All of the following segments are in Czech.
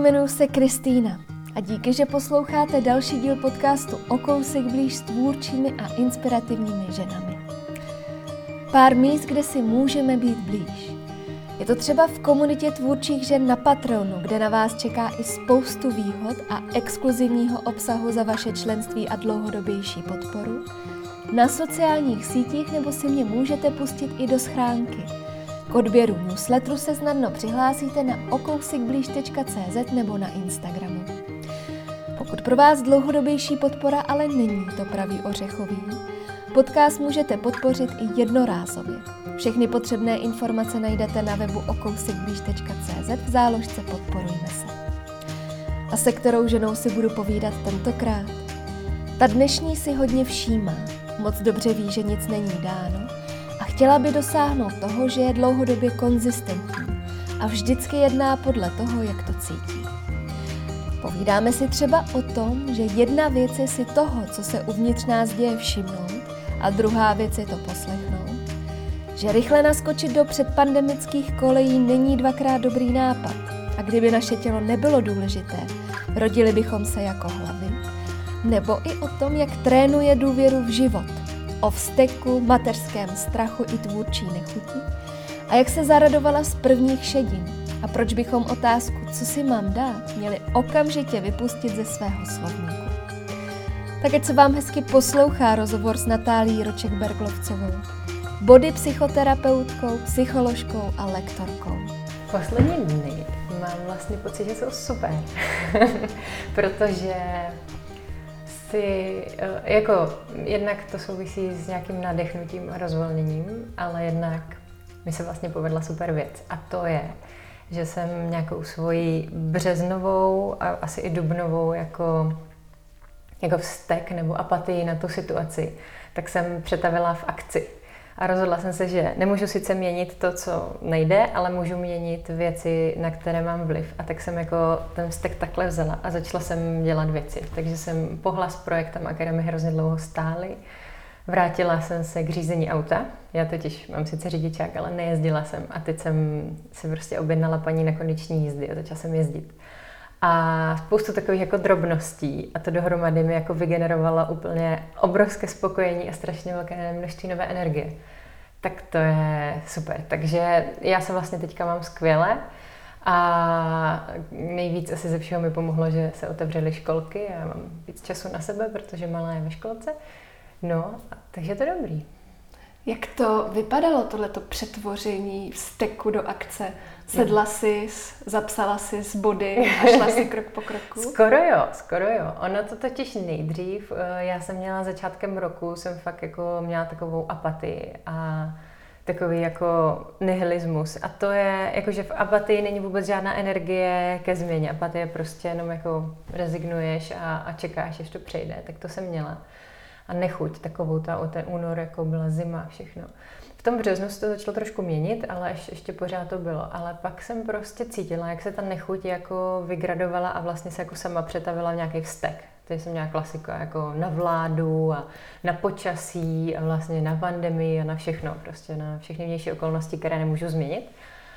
jmenuji se Kristýna a díky, že posloucháte další díl podcastu O kousek blíž s tvůrčími a inspirativními ženami. Pár míst, kde si můžeme být blíž. Je to třeba v komunitě tvůrčích žen na Patreonu, kde na vás čeká i spoustu výhod a exkluzivního obsahu za vaše členství a dlouhodobější podporu. Na sociálních sítích nebo si mě můžete pustit i do schránky. K odběru newsletteru se snadno přihlásíte na okousikblíž.cz nebo na Instagramu. Pokud pro vás dlouhodobější podpora ale není to pravý ořechový, podcast můžete podpořit i jednorázově. Všechny potřebné informace najdete na webu okousikblíž.cz v záložce Podporujme se. A se kterou ženou si budu povídat tentokrát? Ta dnešní si hodně všímá, moc dobře ví, že nic není dáno a chtěla by dosáhnout toho, že je dlouhodobě konzistentní a vždycky jedná podle toho, jak to cítí. Povídáme si třeba o tom, že jedna věc je si toho, co se uvnitř nás děje, všimnout a druhá věc je to poslechnout. Že rychle naskočit do předpandemických kolejí není dvakrát dobrý nápad a kdyby naše tělo nebylo důležité, rodili bychom se jako hlavy. Nebo i o tom, jak trénuje důvěru v život, o vzteku, mateřském strachu i tvůrčí nechuti a jak se zaradovala z prvních šedin a proč bychom otázku, co si mám dát, měli okamžitě vypustit ze svého slovníku. Tak ať se vám hezky poslouchá rozhovor s Natálií Roček-Berglovcovou, body psychoterapeutkou, psycholožkou a lektorkou. Poslední dny mám vlastně pocit, že jsou super, protože jednak to souvisí s nějakým nadechnutím a rozvolněním, ale jednak mi se vlastně povedla super věc a to je, že jsem nějakou svoji březnovou a asi i dubnovou jako vztek nebo apatii na tu situaci, tak jsem přetavila v akci. A rozhodla jsem se, že nemůžu sice měnit to, co nejde, ale můžu měnit věci, na které mám vliv. A tak jsem jako ten vztek takhle vzala a začala jsem dělat věci. Takže jsem pohla s projektem, které mi hrozně dlouho stály. Vrátila jsem se k řízení auta. Já totiž mám sice řidičák, ale nejezdila jsem. A teď jsem si prostě objednala paní na kondiční jízdy a začala jsem jezdit. A spoustu takových jako drobností a to dohromady mi jako vygenerovalo úplně obrovské spokojení a strašně velké množství nové energie. Tak to je super. Takže já se vlastně teďka mám skvěle a nejvíc asi ze všeho mi pomohlo, že se otevřely školky a já mám víc času na sebe, protože malá je ve školce. No, takže to je dobrý. Jak to vypadalo, tohleto přetvoření vzteku do akce? Sedla jsi, zapsala si z body a šla si krok po kroku? Skoro jo. Ono to totiž nejdřív, já jsem měla začátkem roku, jsem fakt jako měla takovou apatii a takový jako nihilismus. A to je, jakože v apatii není vůbec žádná energie ke změně. Apatie prostě jenom jako rezignuješ a čekáš, až to přejde. Tak to jsem měla. A nechuť takovou ten únor, jako byla zima a všechno. V tom březnu se to začalo trošku měnit, ale ještě pořád to bylo. Ale pak jsem prostě cítila, jak se ta nechuť jako vygradovala a vlastně se jako sama přetavila v nějaký vztek. Tady jsem měla klasika jako na vládu a na počasí a vlastně na pandemii a na všechno. Prostě na všechny vnější okolnosti, které nemůžu změnit.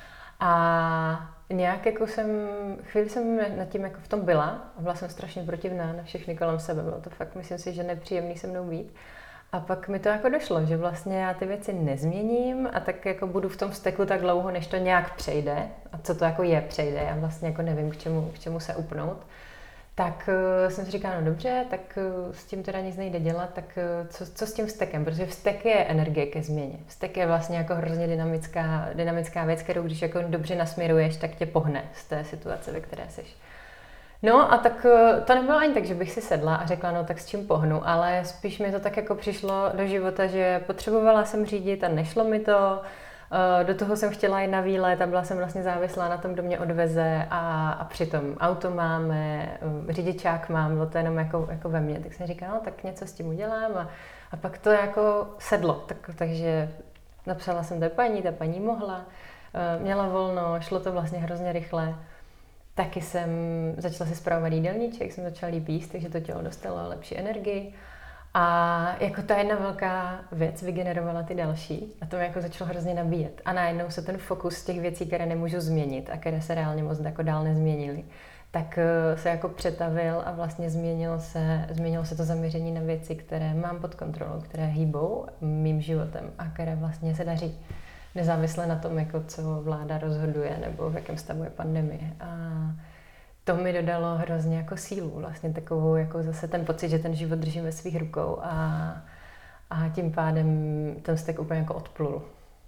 A nějak jako chvíli jsem nad tím jako v tom byla a byla jsem strašně protivná na všechny kolem sebe. Bylo to fakt, myslím si, že nepříjemný se mnou být. A pak mi to jako došlo, že vlastně já ty věci nezměním a tak jako budu v tom vzteku tak dlouho, než to nějak přejde. A co to jako je přejde, já vlastně jako nevím, k čemu se upnout. Tak jsem si říkala, no dobře, tak s tím teda nic nejde dělat, tak co s tím vztekem? Protože vztek je energie ke změně. Vztek je vlastně jako hrozně dynamická věc, kterou když jako dobře nasměruješ, tak tě pohne z té situace, ve které jsi. No a tak to nebylo ani tak, že bych si sedla a řekla, no tak s čím pohnu, ale spíš mi to tak jako přišlo do života, že potřebovala jsem řídit a nešlo mi to. Do toho jsem chtěla jít na výlet a byla jsem vlastně závislá na tom, kdo mě odveze a přitom auto máme, řidičák mám, bylo to jenom jako ve mně. Tak jsem říkala, no tak něco s tím udělám a pak to jako sedlo. Takže napsala jsem té paní, ta paní mohla, měla volno, šlo to vlastně hrozně rychle. Taky jsem začala si spravovat jídelníček, jsem začala líp jíst, takže to tělo dostalo lepší energii. A jako ta jedna velká věc vygenerovala ty další a to mě jako začalo hrozně nabíjet. A najednou se ten fokus těch věcí, které nemůžu změnit a které se reálně moc jako dál nezměnily, tak se jako přetavil a vlastně změnilo se to zaměření na věci, které mám pod kontrolou, které hýbou mým životem a které vlastně se daří. Nezávisle na tom, jako co vláda rozhoduje nebo v jakém stavu je pandemie. A to mi dodalo hrozně jako sílu, vlastně takovou jako zase ten pocit, že ten život držím ve svých rukou a tím pádem ten vztek úplně jako odplul.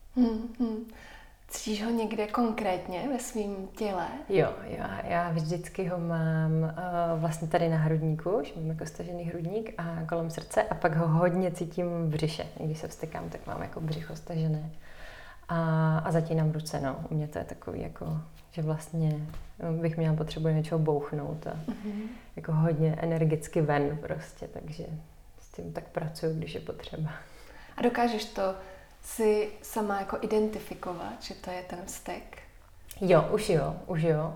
Cítíš ho někde konkrétně ve svém těle? Jo, já vždycky ho mám vlastně tady na hrudníku, že mám jako stažený hrudník a kolem srdce a pak ho hodně cítím v břiše. Když se vztekám, tak mám jako břicho stažené. A zatínám ruce, no. U mě to je takový jako, že vlastně bych měla potřebu něčeho bouchnout a jako hodně energicky ven prostě, takže s tím tak pracuju, když je potřeba. A dokážeš to si sama jako identifikovat, že to je ten vztek? Jo, už jo.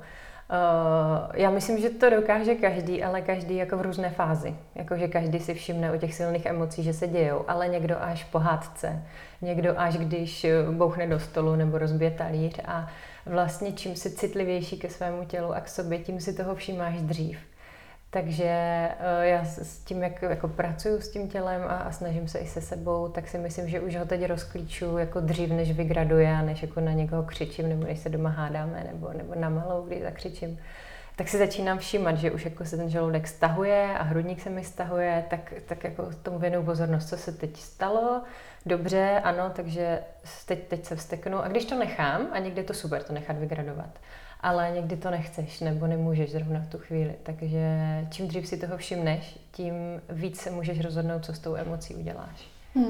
Já myslím, že to dokáže každý, ale každý jako v různé fázi. Jakože každý si všimne u těch silných emocí, že se dějou, ale někdo až po hádce, někdo až když bouchne do stolu nebo rozbije talíř a vlastně čím jsi citlivější ke svému tělu a k sobě, tím si toho všímáš dřív. Takže já s tím, jak jako pracuju s tím tělem a snažím se i se sebou, tak si myslím, že už ho teď rozklíčuju jako dřív, než vygraduje a než jako na někoho křičím, nebo než se doma hádáme, nebo na malou, když zakřičím. Tak si začínám všímat, že už jako se ten žaludek stahuje a hrudník se mi stahuje, tak jako tomu věnuju pozornost, co se teď stalo. Dobře, ano, takže teď se vzteknu. A když to nechám, a někdy je to super to nechat vygradovat, ale někdy to nechceš nebo nemůžeš zrovna v tu chvíli. Takže čím dřív si toho všimneš, tím víc se můžeš rozhodnout, co s tou emocí uděláš.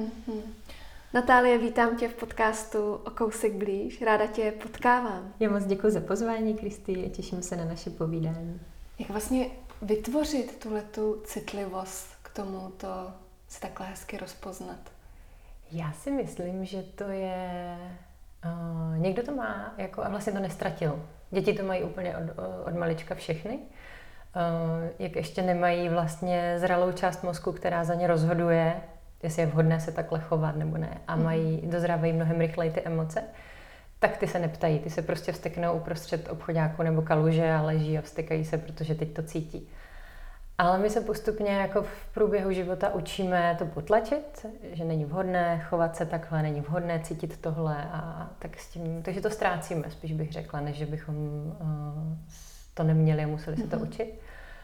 Natálie, vítám tě v podcastu O kousek blíž. Ráda tě potkávám. Já moc děkuji za pozvání, Kristý, a těším se na naše povídání. Jak vlastně vytvořit tuhletu citlivost k tomu to si takhle hezky rozpoznat? Já si myslím, že to je... někdo to má jako, a vlastně to nestratil. Děti to mají úplně od malička všechny. Jak ještě nemají vlastně zralou část mozku, která za ně rozhoduje, jestli je vhodné se takhle chovat nebo ne, a dozrávají mnohem rychleji ty emoce, tak ty se neptají, ty se prostě vzteknou uprostřed obchoďáku nebo kaluže a leží a vztekají se, protože teď to cítí. Ale my se postupně jako v průběhu života učíme to potlačit, že není vhodné chovat se takhle, není vhodné cítit tohle a tak s tím, takže to ztrácíme, spíš bych řekla, než že bychom to neměli a museli se to učit.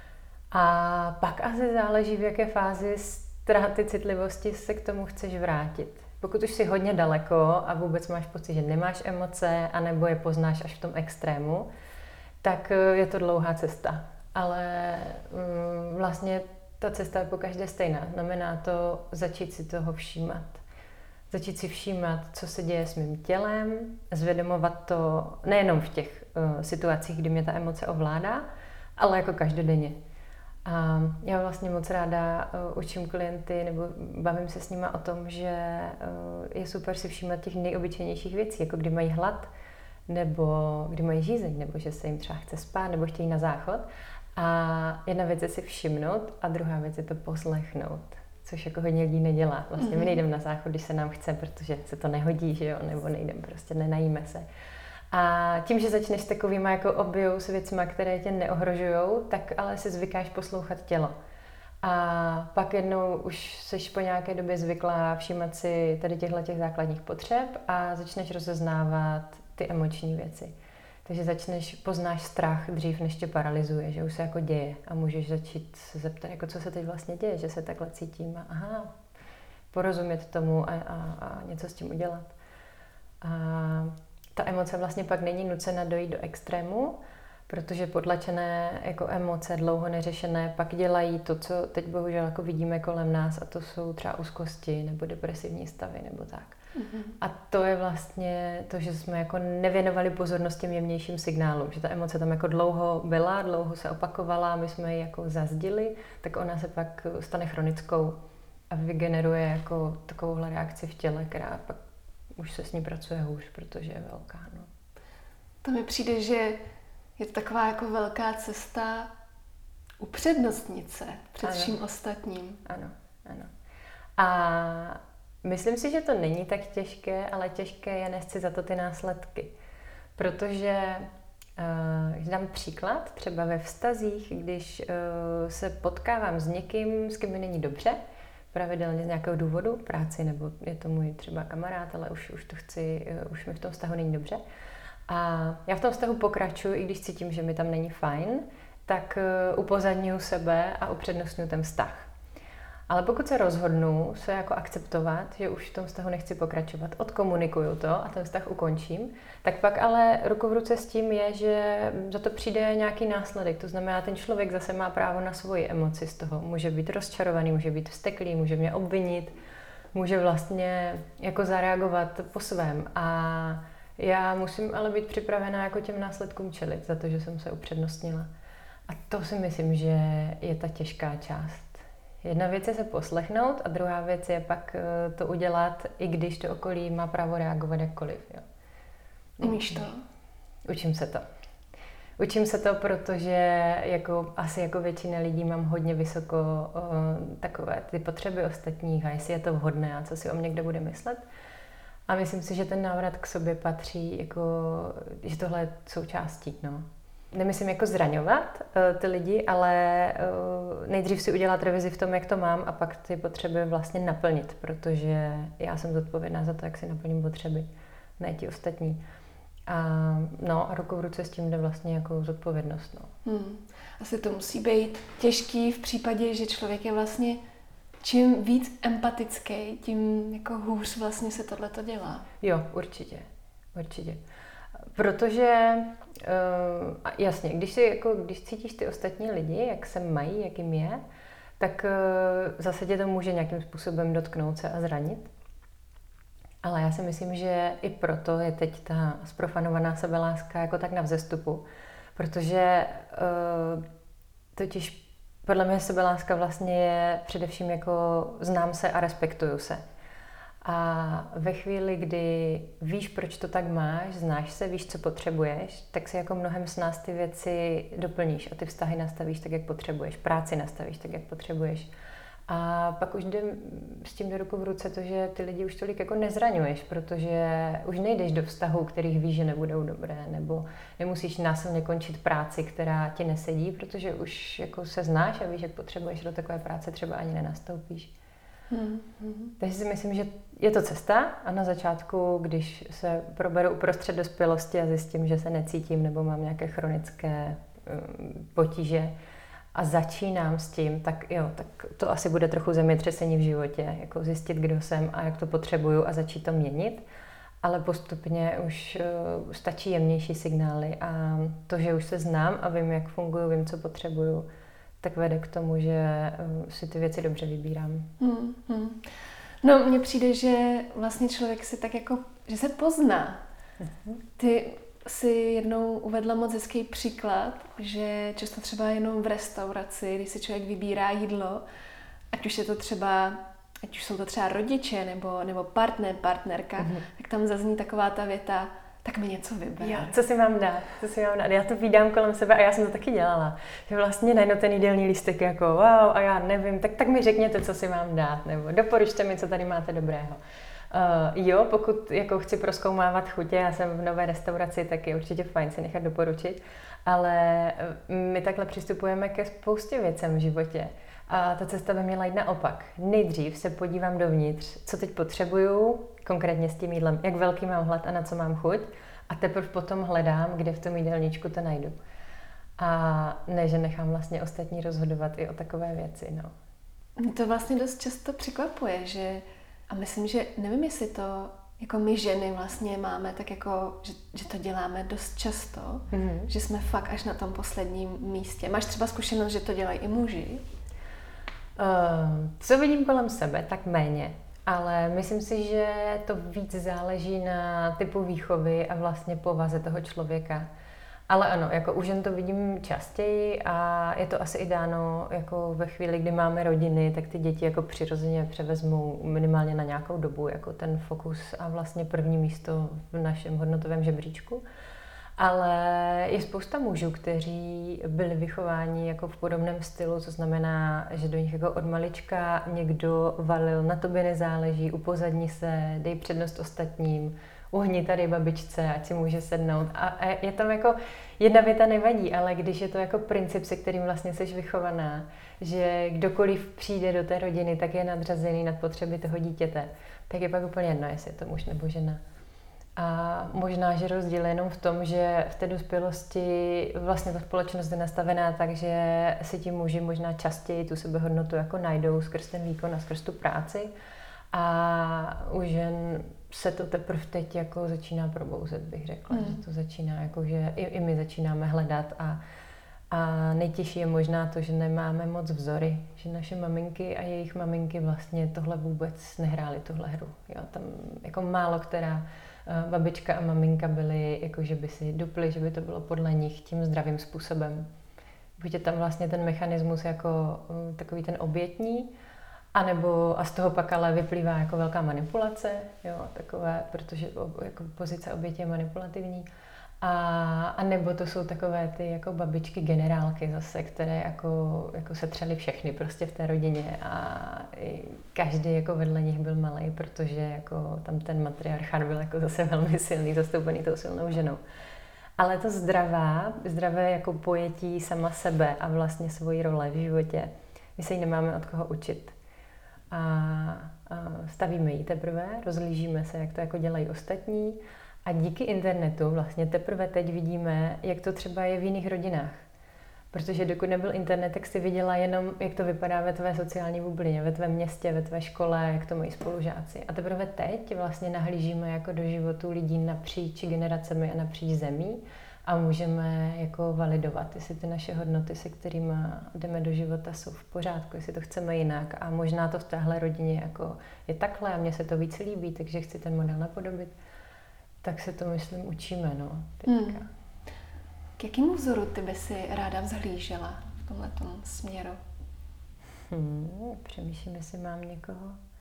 A pak asi záleží, v jaké fázi ztráty citlivosti se k tomu chceš vrátit. Pokud už jsi hodně daleko a vůbec máš pocit, že nemáš emoce, anebo je poznáš až v tom extrému, tak je to dlouhá cesta. Ale vlastně ta cesta je po každé stejná. Znamená to začít si toho všímat. Začít si všímat, co se děje s mým tělem, zvědomovat to nejenom v těch situacích, kdy mě ta emoce ovládá, ale jako každodenně. A já vlastně moc ráda učím klienty nebo bavím se s nima o tom, že je super si všímat těch nejobyčejnějších věcí, jako kdy mají hlad, nebo kdy mají žízeň, nebo že se jim třeba chce spát, nebo chtějí na záchod. A jedna věc je si všimnout a druhá věc je to poslechnout, což jako hodně lidí nedělá. Vlastně my nejdeme na záchod, když se nám chce, protože se to nehodí, že jo, nebo nejdeme, prostě nenajíme se. A tím, že začneš s takovýma jako objevou s věcma, které tě neohrožujou, tak ale si zvykáš poslouchat tělo. A pak jednou už seš po nějaké době zvyklá všímat si tady těch základních potřeb a začneš rozeznávat ty emoční věci. Takže poznáš strach dřív, než tě paralyzuje, že už se jako děje a můžeš začít se zeptat, jako co se teď vlastně děje, že se takhle cítím a porozumět tomu a něco s tím udělat. A ta emoce vlastně pak není nucena dojít do extrému, protože potlačené jako emoce, dlouho neřešené, pak dělají to, co teď bohužel jako vidíme kolem nás, a to jsou třeba úzkosti nebo depresivní stavy nebo tak. A to je vlastně to, že jsme jako nevěnovali pozornost těm jemnějším signálům, že ta emoce tam jako dlouho byla, dlouho se opakovala, my jsme ji jako zazdili, tak ona se pak stane chronickou a vygeneruje jako takovouhle reakci v těle, která pak už se s ní pracuje hůř, protože je velká. No. To mi přijde, že je to taková jako velká cesta upřednostnit se před vším ostatním. Ano. A myslím si, že to není tak těžké, ale těžké je nést si za to ty následky. Protože Dám příklad, třeba ve vztazích, když se potkávám s někým, s kým mi není dobře, pravidelně z nějakého důvodu, práci, nebo je to můj třeba kamarád, ale už to chci, už mi v tom vztahu není dobře. A já v tom vztahu pokračuji, i když cítím, že mi tam není fajn, tak upozadňuji sebe a upřednostňuji ten vztah. Ale pokud se rozhodnu se jako akceptovat, že už v tom vztahu nechci pokračovat, odkomunikuju to a ten vztah ukončím, tak pak ale ruku v ruce s tím je, že za to přijde nějaký následek. To znamená, ten člověk zase má právo na svoji emoci z toho. Může být rozčarovaný, může být vzteklý, může mě obvinit, může vlastně jako zareagovat po svém. A já musím ale být připravená jako těm následkům čelit za to, že jsem se upřednostnila. A to si myslím, že je ta těžká část. Jedna věc je se poslechnout a druhá věc je pak to udělat, i když to okolí má právo reagovat jakkoliv. Jo. Umíš to? Učím se to, protože asi jako většina lidí mám hodně vysoko takové ty potřeby ostatních a jestli je to vhodné a co si o mě kdo bude myslet. A myslím si, že ten návrat k sobě patří, že tohle je součástí. No. Nemyslím jako zraňovat ty lidi, ale nejdřív si udělat revizi v tom, jak to mám a pak ty potřeby vlastně naplnit, protože já jsem zodpovědná za to, jak si naplním potřeby, ne ti ostatní. A ruku v ruce s tím jde vlastně jako zodpovědnost. No. Asi to musí být těžký v případě, že člověk je vlastně čím víc empatický, tím jako hůř vlastně se tohleto dělá. Jo, určitě. Protože jasně, když cítíš ty ostatní lidi, jak se mají, jak jim je, tak zase tě to může nějakým způsobem dotknout se a zranit. Ale já si myslím, že i proto je teď ta zprofanovaná sebeláska jako tak na vzestupu, protože totiž podle mě sebeláska vlastně je především jako znám se a respektuju se. A ve chvíli, kdy víš, proč to tak máš, znáš se, víš, co potřebuješ, tak si jako mnohem snáz ty věci doplníš a ty vztahy nastavíš tak, jak potřebuješ, práci nastavíš tak, jak potřebuješ. A pak už jde s tím do ruku v ruce to, že ty lidi už tolik jako nezraňuješ, protože už nejdeš do vztahu, kterých víš, že nebudou dobré, nebo nemusíš násilně končit práci, která ti nesedí, protože už jako se znáš a víš, jak potřebuješ, do takové práce třeba ani nenastoupíš. Takže si myslím, že je to cesta a na začátku, když se proberu uprostřed dospělosti a zjistím, že se necítím nebo mám nějaké chronické potíže a začínám s tím, tak to asi bude trochu zemětřesení v životě, jako zjistit, kdo jsem a jak to potřebuju a začít to měnit, ale postupně už stačí jemnější signály a to, že už se znám a vím, jak funguju, vím, co potřebuju, tak vede k tomu, že si ty věci dobře vybírám. No, mně přijde, že vlastně člověk si tak jako, že se pozná. Ty si jednou uvedla moc hezký příklad, že často třeba jenom v restauraci, když si člověk vybírá jídlo, ať už jsou to třeba rodiče nebo partnerka, tak tam zazní taková ta věta, tak mi něco vyber. Jo, co si mám dát? Já to vídám kolem sebe a já jsem to taky dělala. Že vlastně najednou ten jídelní lístek jako wow a já nevím, tak mi řekněte, co si mám dát, nebo doporučte mi, co tady máte dobrého. Pokud jako chci prozkoumávat chutě, já jsem v nové restauraci, tak je určitě fajn si nechat doporučit, ale my takhle přistupujeme ke spoustě věcem v životě. A ta cesta by měla jít naopak. Nejdřív se podívám dovnitř, co teď potřebuju, konkrétně s tím jídlem, jak velký mám hlad a na co mám chuť, a teprve potom hledám, kde v tom jídelníčku to najdu. A ne, že nechám vlastně ostatní rozhodovat i o takové věci. No. Mě to vlastně dost často překvapuje, a myslím, že nevím, jestli to jako my ženy vlastně máme tak jako, že to děláme dost často, že jsme fakt až na tom posledním místě. Máš třeba zkušenost, že to dělají i muži? Co vidím kolem sebe, tak méně. Ale myslím si, že to víc záleží na typu výchovy a vlastně povaze toho člověka. Ale ano, jako u žen to vidím častěji a je to asi i dáno jako ve chvíli, kdy máme rodiny, tak ty děti jako přirozeně převezmou minimálně na nějakou dobu jako ten fokus a vlastně první místo v našem hodnotovém žebříčku. Ale je spousta mužů, kteří byli vychováni jako v podobném stylu, co znamená, že do nich jako od malička někdo valil, na tobě nezáleží, upozadni se, dej přednost ostatním, uhni tady babičce, ať si může sednout. A je tam jako, jedna věta nevadí, ale když je to jako princip, se kterým vlastně jsi vychovaná, že kdokoliv přijde do té rodiny, tak je nadřazený nad potřeby toho dítěte, tak je pak úplně jedno, jestli je to muž nebo žena. A možná, že rozdíl je jenom v tom, že v té dospělosti vlastně ta společnost je nastavená tak, že si ti muži možná častěji tu sebehodnotu jako najdou skrz ten výkon a skrz tu práci. A u žen se to teprve teď jako začíná probouzet, bych řekla, že to začíná jako, že i my začínáme hledat a nejtěžší je možná to, že nemáme moc vzory, že naše maminky a jejich maminky vlastně tohle vůbec nehrály tuhle hru. Jo, tam jako málo která babička a maminka byly, jako že by si duply, že by to bylo podle nich tím zdravým způsobem. Buď je tam vlastně ten mechanismus jako takový ten obětní, a z toho pak ale vyplývá jako velká manipulace, jo, takové, protože jako pozice oběti je manipulativní. A nebo to jsou takové ty jako babičky generálky zase, které jako se třely všechny prostě v té rodině a každý jako vedle nich byl malej, protože jako tam ten matriarchát byl jako zase velmi silný, zastoupený tou silnou ženou. Ale to zdravé jako pojetí sama sebe a vlastně svoji role v životě, my se jí nemáme od koho učit. A stavíme ji teprve, rozhlížíme se, jak to jako dělají ostatní. A díky internetu vlastně teprve teď vidíme, jak to třeba je v jiných rodinách. Protože dokud nebyl internet, tak si viděla jenom, jak to vypadá ve tvé sociální bublině, ve tvém městě, ve tvé škole, jak to mají spolužáci. A teprve teď vlastně nahlížíme jako do životu lidí napříč generacemi a napříč zemí a můžeme jako validovat, jestli ty naše hodnoty, se kterými jdeme do života, jsou v pořádku, jestli to chceme jinak. A možná to v téhle rodině jako je takhle a mně se to víc líbí, takže chci ten model napodobit. Tak se to, myslím, učíme, no, teďka. K jakému vzoru ty by si ráda vzhlížela v tomhletom směru? Přemýšlím, jestli mám někoho.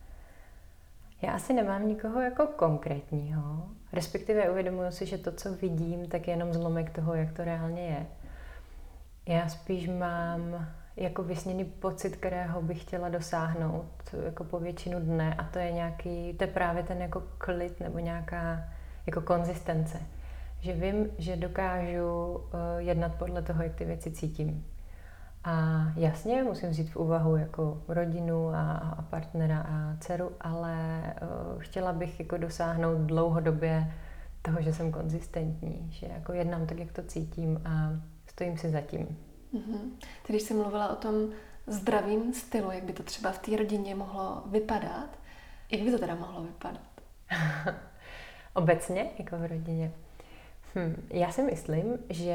Já asi nemám nikoho jako konkrétního, respektive uvědomuji si, že to, co vidím, tak je jenom zlomek toho, jak to reálně je. Já spíš mám jako vysněný pocit, kterého bych chtěla dosáhnout jako po většinu dne a to je právě ten jako klid nebo nějaká jako konzistence. Že vím, že dokážu jednat podle toho, jak ty věci cítím. A jasně, musím vzít v úvahu jako rodinu a partnera a dceru, ale chtěla bych jako dosáhnout dlouhodobě toho, že jsem konzistentní, že jako jednám tak, jak to cítím a stojím si za tím. Ty, když jsi mluvila o tom zdravým stylu, jak by to třeba v té rodině mohlo vypadat, jak by to teda mohlo vypadat? Obecně, jako v rodině. Já si myslím, že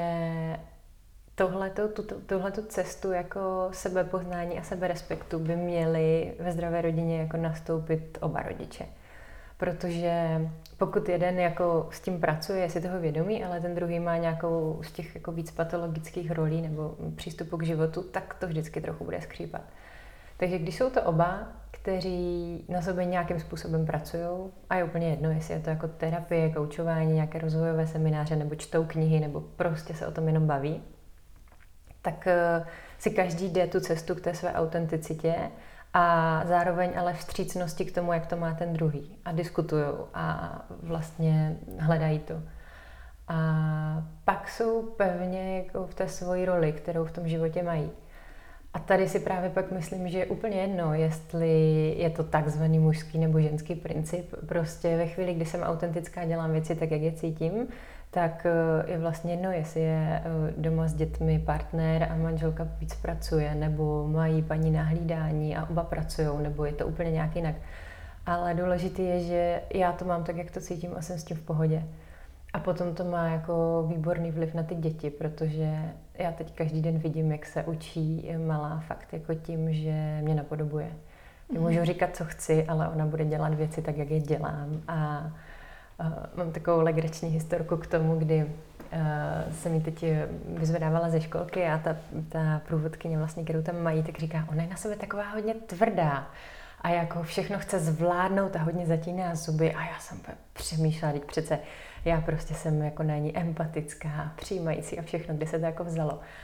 tuhletu cestu jako sebepoznání a seberespektu by měli ve zdravé rodině jako nastoupit oba rodiče. Protože pokud jeden jako s tím pracuje, je si toho vědomý, ale ten druhý má nějakou z těch jako víc patologických rolí nebo přístupu k životu, tak to vždycky trochu bude skřípat. Takže když jsou to oba, kteří na sobě nějakým způsobem pracují, a je úplně jedno, jestli je to jako terapie, koučování, nějaké rozvojové semináře, nebo čtou knihy, nebo prostě se o tom jenom baví, tak si každý jde tu cestu k té své autenticitě a zároveň ale vstřícnosti k tomu, jak to má ten druhý. A diskutujou a vlastně hledají to. A pak jsou pevně jako v té svojí roli, kterou v tom životě mají. A tady si právě pak myslím, že je úplně jedno, jestli je to takzvaný mužský nebo ženský princip. Prostě ve chvíli, kdy jsem autentická, dělám věci tak, jak je cítím, tak je vlastně jedno, jestli je doma s dětmi partner a manželka víc pracuje, nebo mají paní na hlídání a oba pracujou, nebo je to úplně nějak jinak. Ale důležité je, že já to mám tak, jak to cítím a jsem s tím v pohodě. A potom to má jako výborný vliv na ty děti, protože já teď každý den vidím, jak se učí malá fakt jako tím, že mě napodobuje. Já můžu říkat, co chci, ale ona bude dělat věci tak, jak je dělám. A mám takovou legrační historku k tomu, kdy jsem ji teď vyzvedávala ze školky a ta průvodkyně vlastně, kterou tam mají, tak říká, ona je na sebe taková hodně tvrdá a jako všechno chce zvládnout a hodně zatíná zuby a já jsem přemýšlela, teď přece já prostě jsem jako na ní empatická, přijímající a všechno, kde se to jako vzalo.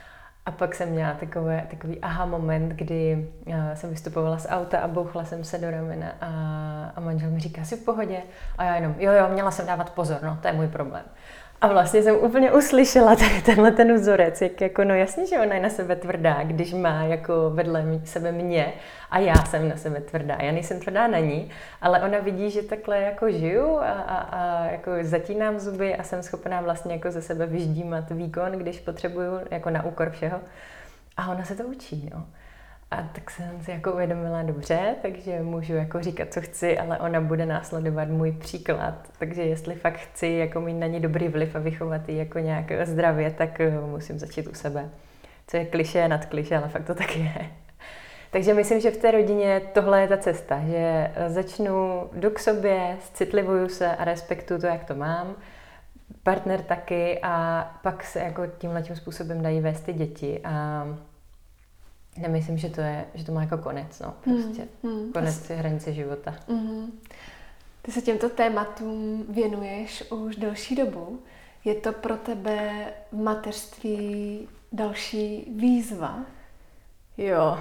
A pak jsem měla takový aha moment, kdy jsem vystupovala z auta a bouchla jsem se do ramena a manžel mi říká, jsi v pohodě? A já jenom, jo, měla jsem dávat pozor, no, to je můj problém. A vlastně jsem úplně uslyšela tady ten vzorec, jak jako, no jasně, že ona je na sebe tvrdá, když má jako vedle sebe mě a já jsem na sebe tvrdá. Já nejsem tvrdá na ní, ale ona vidí, že takhle jako žiju a jako zatínám zuby a jsem schopná vlastně jako ze sebe vyždímat výkon, když potřebuju, jako na úkor všeho. A ona se to učí, no. A tak jsem si jako uvědomila dobře, takže můžu jako říkat, co chci, ale ona bude následovat můj příklad. Takže jestli fakt chci jako mít na ní dobrý vliv a vychovat ji jako nějak zdravě, tak musím začít u sebe. Co je klišé nad klišé, ale fakt to tak je. Takže myslím, že v té rodině tohle je ta cesta, že jdu k sobě, citlivuju se a respektuju to, jak to mám. Partner taky a pak se jako tímhletím způsobem dají vést ty děti a nemyslím, že to má jako konec, no, prostě. Konec je hranice života. Ty se těmto tématům věnuješ už delší dobu. Je to pro tebe v mateřství další výzva? Jo,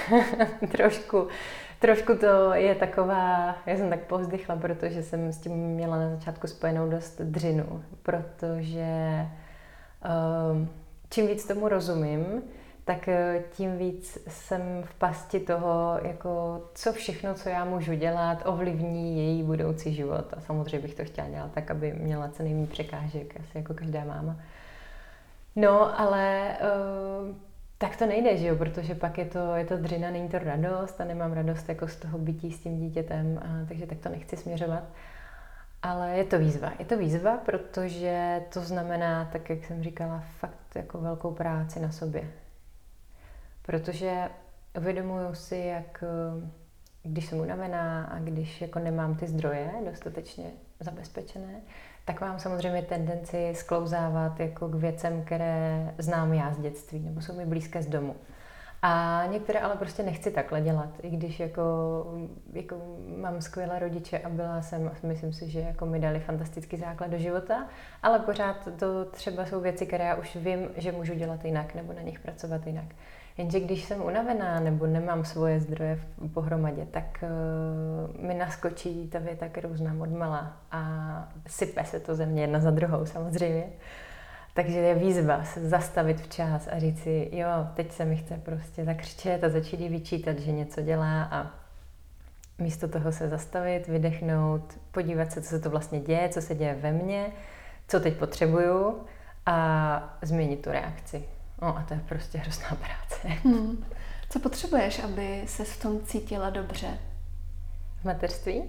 trošku to je taková, já jsem tak povzdychla, protože jsem s tím měla na začátku spojenou dost dřinu, protože čím víc tomu rozumím, tak tím víc jsem v pasti toho, jako co všechno, co já můžu dělat, ovlivní její budoucí život. A samozřejmě bych to chtěla dělat tak, aby měla co nejméně překážek, asi jako každá máma. No, ale tak to nejde, že jo, protože pak je to dřina, není to radost a nemám radost jako z toho bytí s tím dítětem, takže tak to nechci směřovat. Ale je to výzva, protože to znamená, tak jak jsem říkala, fakt jako velkou práci na sobě. Protože uvědomuju si, jak když jsem unavená a když jako nemám ty zdroje dostatečně zabezpečené, tak mám samozřejmě tendenci sklouzávat jako k věcem, které znám já z dětství nebo jsou mi blízké z domu. A některé ale prostě nechci takhle dělat, i když jako mám skvělé rodiče a myslím si, že jako mi dali fantastický základ do života, ale pořád to třeba jsou věci, které já už vím, že můžu dělat jinak nebo na nich pracovat jinak. Jenže když jsem unavená nebo nemám svoje zdroje pohromadě, tak mi naskočí ta věta, kterou znám odmala a sype se to ze mě jedna za druhou samozřejmě. Takže je výzva se zastavit včas a říct si, jo, teď se mi chce prostě zakřičet a začít jí vyčítat, že něco dělá a místo toho se zastavit, vydechnout, podívat se, co se to vlastně děje, co se děje ve mně, co teď potřebuju a změnit tu reakci. No a to je prostě hrozná práce. Co potřebuješ, aby ses v tom cítila dobře? V mateřství?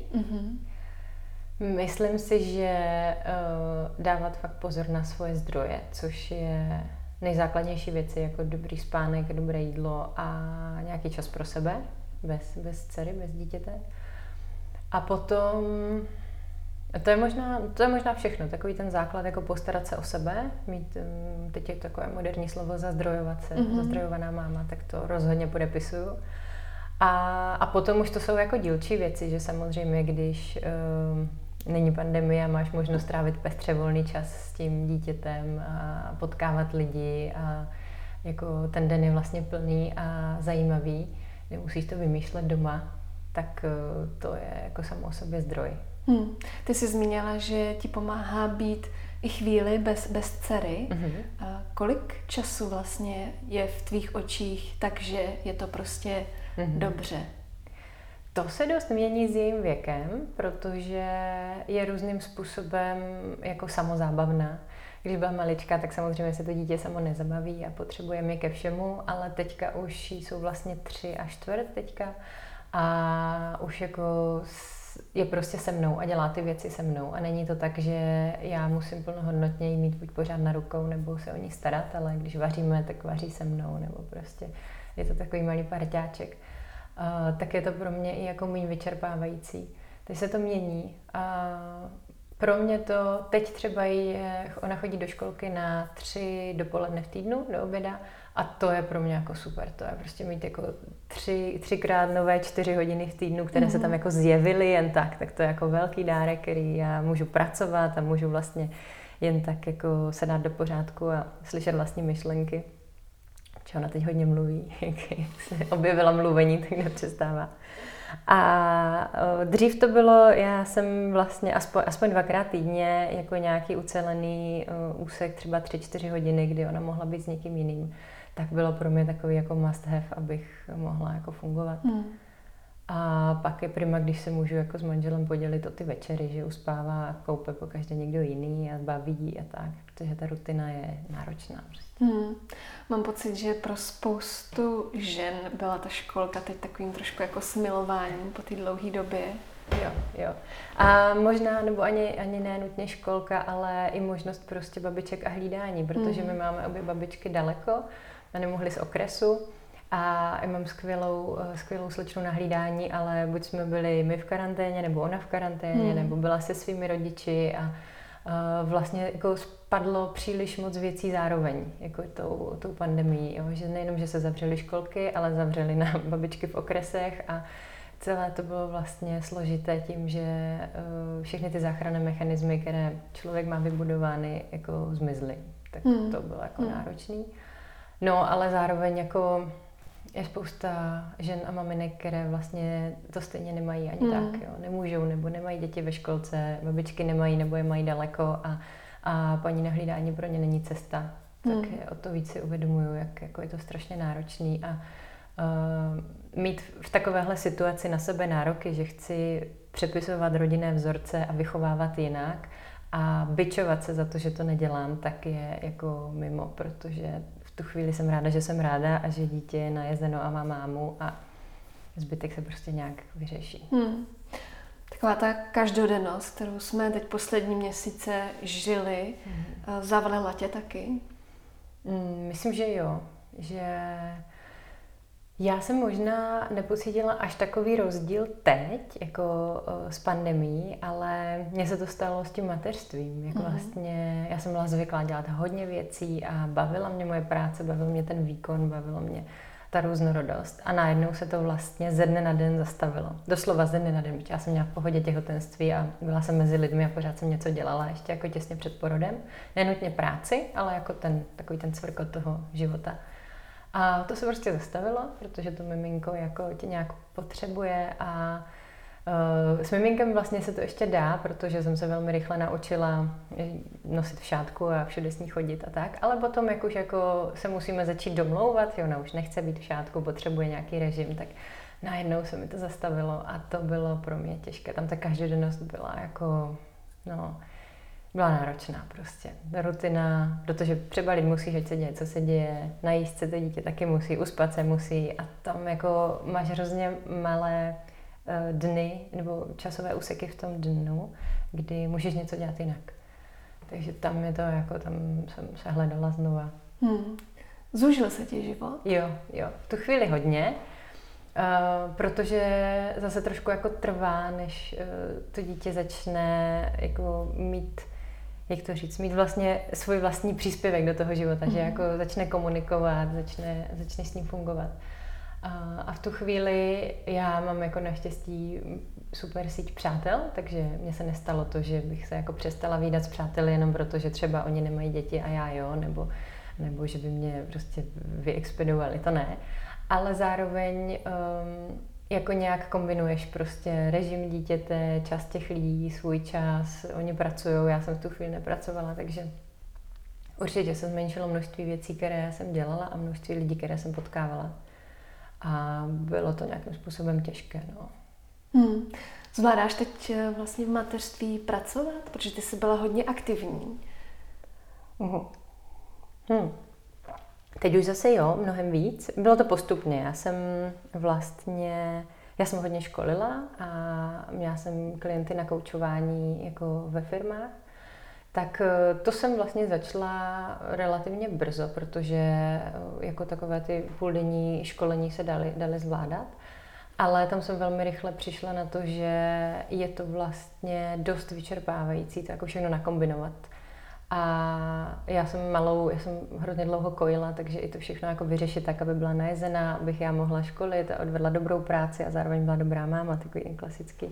Myslím si, že dávat fakt pozor na svoje zdroje, což je nejzákladnější věci, jako dobrý spánek, dobré jídlo a nějaký čas pro sebe, bez dcery, bez dítěte. A potom, to je možná všechno, takový ten základ, jako postarat se o sebe, mít, teď je takové moderní slovo, zazdrojovat se, zazdrojovaná máma, tak to rozhodně podepisuju. A potom už to jsou jako dílčí věci, že samozřejmě, když není pandemie a máš možnost trávit pestře volný čas s tím dítětem a potkávat lidi a jako ten den je vlastně plný a zajímavý, nemusíš to vymýšlet doma, tak to je jako samo o sobě zdroj. Ty jsi zmínila, že ti pomáhá být i chvíli bez dcery. A kolik času vlastně je v tvých očích, takže je to prostě dobře? To se dost mění s jejím věkem, protože je různým způsobem jako samozábavná. Když byla malička, tak samozřejmě se to dítě samo nezabaví a potřebuje mě ke všemu, ale teďka už jsou vlastně 3 a 4 teďka a už jako je prostě se mnou a dělá ty věci se mnou. A není to tak, že já musím plnohodnotně jí mít buď pořád na rukou nebo se o ní starat, ale když vaříme, tak vaří se mnou nebo prostě je to takový malý parťáček. Tak je to pro mě i jako méně vyčerpávající. Teď se to mění. Pro mě to teď třeba ona chodí do školky na 3 dopoledne v týdnu, do oběda, a to je pro mě jako super. To je prostě mít jako 3krát nové 4 hodiny v týdnu, které se tam jako zjevily jen tak to je jako velký dárek, který já můžu pracovat a můžu vlastně jen tak jako se dát do pořádku a slyšet vlastní myšlenky. že ona teď hodně mluví, jak se objevila mluvení, tak nepřestává. A dřív to bylo, já jsem vlastně aspoň 2krát týdně jako nějaký ucelený úsek, třeba 3-4 hodiny, kdy ona mohla být s někým jiným, tak bylo pro mě takový jako must have, abych mohla jako fungovat. A pak je prima, když se můžu jako s manželem podělit o ty večery, že uspává a koupe pokaždé někdo jiný a baví a tak, protože ta rutina je náročná. Prostě. Mám pocit, že pro spoustu žen byla ta školka teď takovým trošku jako smilováním po té dlouhé době. Jo. A možná, nebo ani ne nutně školka, ale i možnost prostě babiček a hlídání, protože my máme obě babičky daleko a nemohli z okresu. A já mám skvělou slečnu na hlídání, ale buď jsme byli my v karanténě, nebo ona v karanténě, nebo byla se svými rodiči a vlastně jako spadlo příliš moc věcí zároveň, jako tou pandemií, jo? Že nejenom, že se zavřely školky, ale zavřely na babičky v okresech a celé to bylo vlastně složité tím, že všechny ty záchranné mechanismy, které člověk má vybudovány, jako zmizly. Tak to bylo jako náročný. No, ale zároveň jako je spousta žen a maminek, které vlastně to stejně nemají ani tak, jo. Nemůžou nebo nemají děti ve školce, babičky nemají nebo je mají daleko a paní na hlídání pro ně není cesta. Tak o to víc si uvědomuju, jak jako je to strašně náročný a mít v takovéhle situaci na sebe nároky, že chci přepisovat rodinné vzorce a vychovávat jinak a bičovat se za to, že to nedělám, tak je jako mimo, protože v tu chvíli jsem ráda, že jsem ráda a že dítě je najezdeno a má mámu a zbytek se prostě nějak vyřeší. Taková ta každodennost, kterou jsme teď poslední měsíce žili, zavlela tě taky? Myslím, že jo. Že já jsem možná nepocítila až takový rozdíl teď, jako s pandemií, ale mně se to stalo s tím mateřstvím. Jako vlastně, já jsem byla zvyklá dělat hodně věcí a bavila mě moje práce, bavil mě ten výkon, bavilo mě ta různorodost. A najednou se to vlastně ze dne na den zastavilo. Doslova ze dne na den, protože já jsem měla v pohodě těhotenství a byla jsem mezi lidmi a pořád jsem něco dělala ještě jako těsně před porodem. Nenutně práci, ale jako takový ten cvrkot toho života. A to se prostě zastavilo, protože to miminko jako tě nějak potřebuje a s miminkem vlastně se to ještě dá, protože jsem se velmi rychle naučila nosit v šátku a všude s ní chodit a tak, ale potom jak už jako se musíme začít domlouvat, jo, ona už nechce být v šátku, potřebuje nějaký režim, tak najednou se mi to zastavilo a to bylo pro mě těžké. Tam ta každodennost byla jako, byla náročná prostě. Rutina, protože přebalit musíš, ať se děje, co se děje, najíst se to dítě taky musí, uspat se musí a tam jako máš hrozně malé dny nebo časové úseky v tom dnu, kdy můžeš něco dělat jinak. Takže tam je to jako, tam jsem se hledala znova. Zúžil se ti život? Jo, v tu chvíli hodně, protože zase trošku jako trvá, než to dítě začne jako mít, jak to říct, mít vlastně svůj vlastní příspěvek do toho života, že jako začne komunikovat, začne s ním fungovat. A v tu chvíli já mám jako naštěstí super síť přátel, takže mně se nestalo to, že bych se jako přestala vídat s přáteli jenom proto, že třeba oni nemají děti a já jo, nebo že by mě prostě vyexpedovali, to ne. Ale zároveň jako nějak kombinuješ prostě režim dítěte, čas těch lidí, svůj čas, oni pracujou, já jsem v tu chvíli nepracovala, takže určitě se zmenšilo množství věcí, které jsem dělala a množství lidí, které jsem potkávala. A bylo to nějakým způsobem těžké, Zvládáš teď vlastně v mateřství pracovat? Protože ty jsi byla hodně aktivní. Teď už zase jo, mnohem víc. Bylo to postupně. Já jsem hodně školila a měla jsem klienty na koučování jako ve firmách. Tak to jsem vlastně začala relativně brzo, protože jako takové ty půldenní školení se daly zvládat. Ale tam jsem velmi rychle přišla na to, že je to vlastně dost vyčerpávající to jako všechno nakombinovat. A já jsem hrozně dlouho kojila, takže i to všechno jako vyřešit tak, aby byla najezená, abych já mohla školit a odvedla dobrou práci a zároveň byla dobrá máma, takový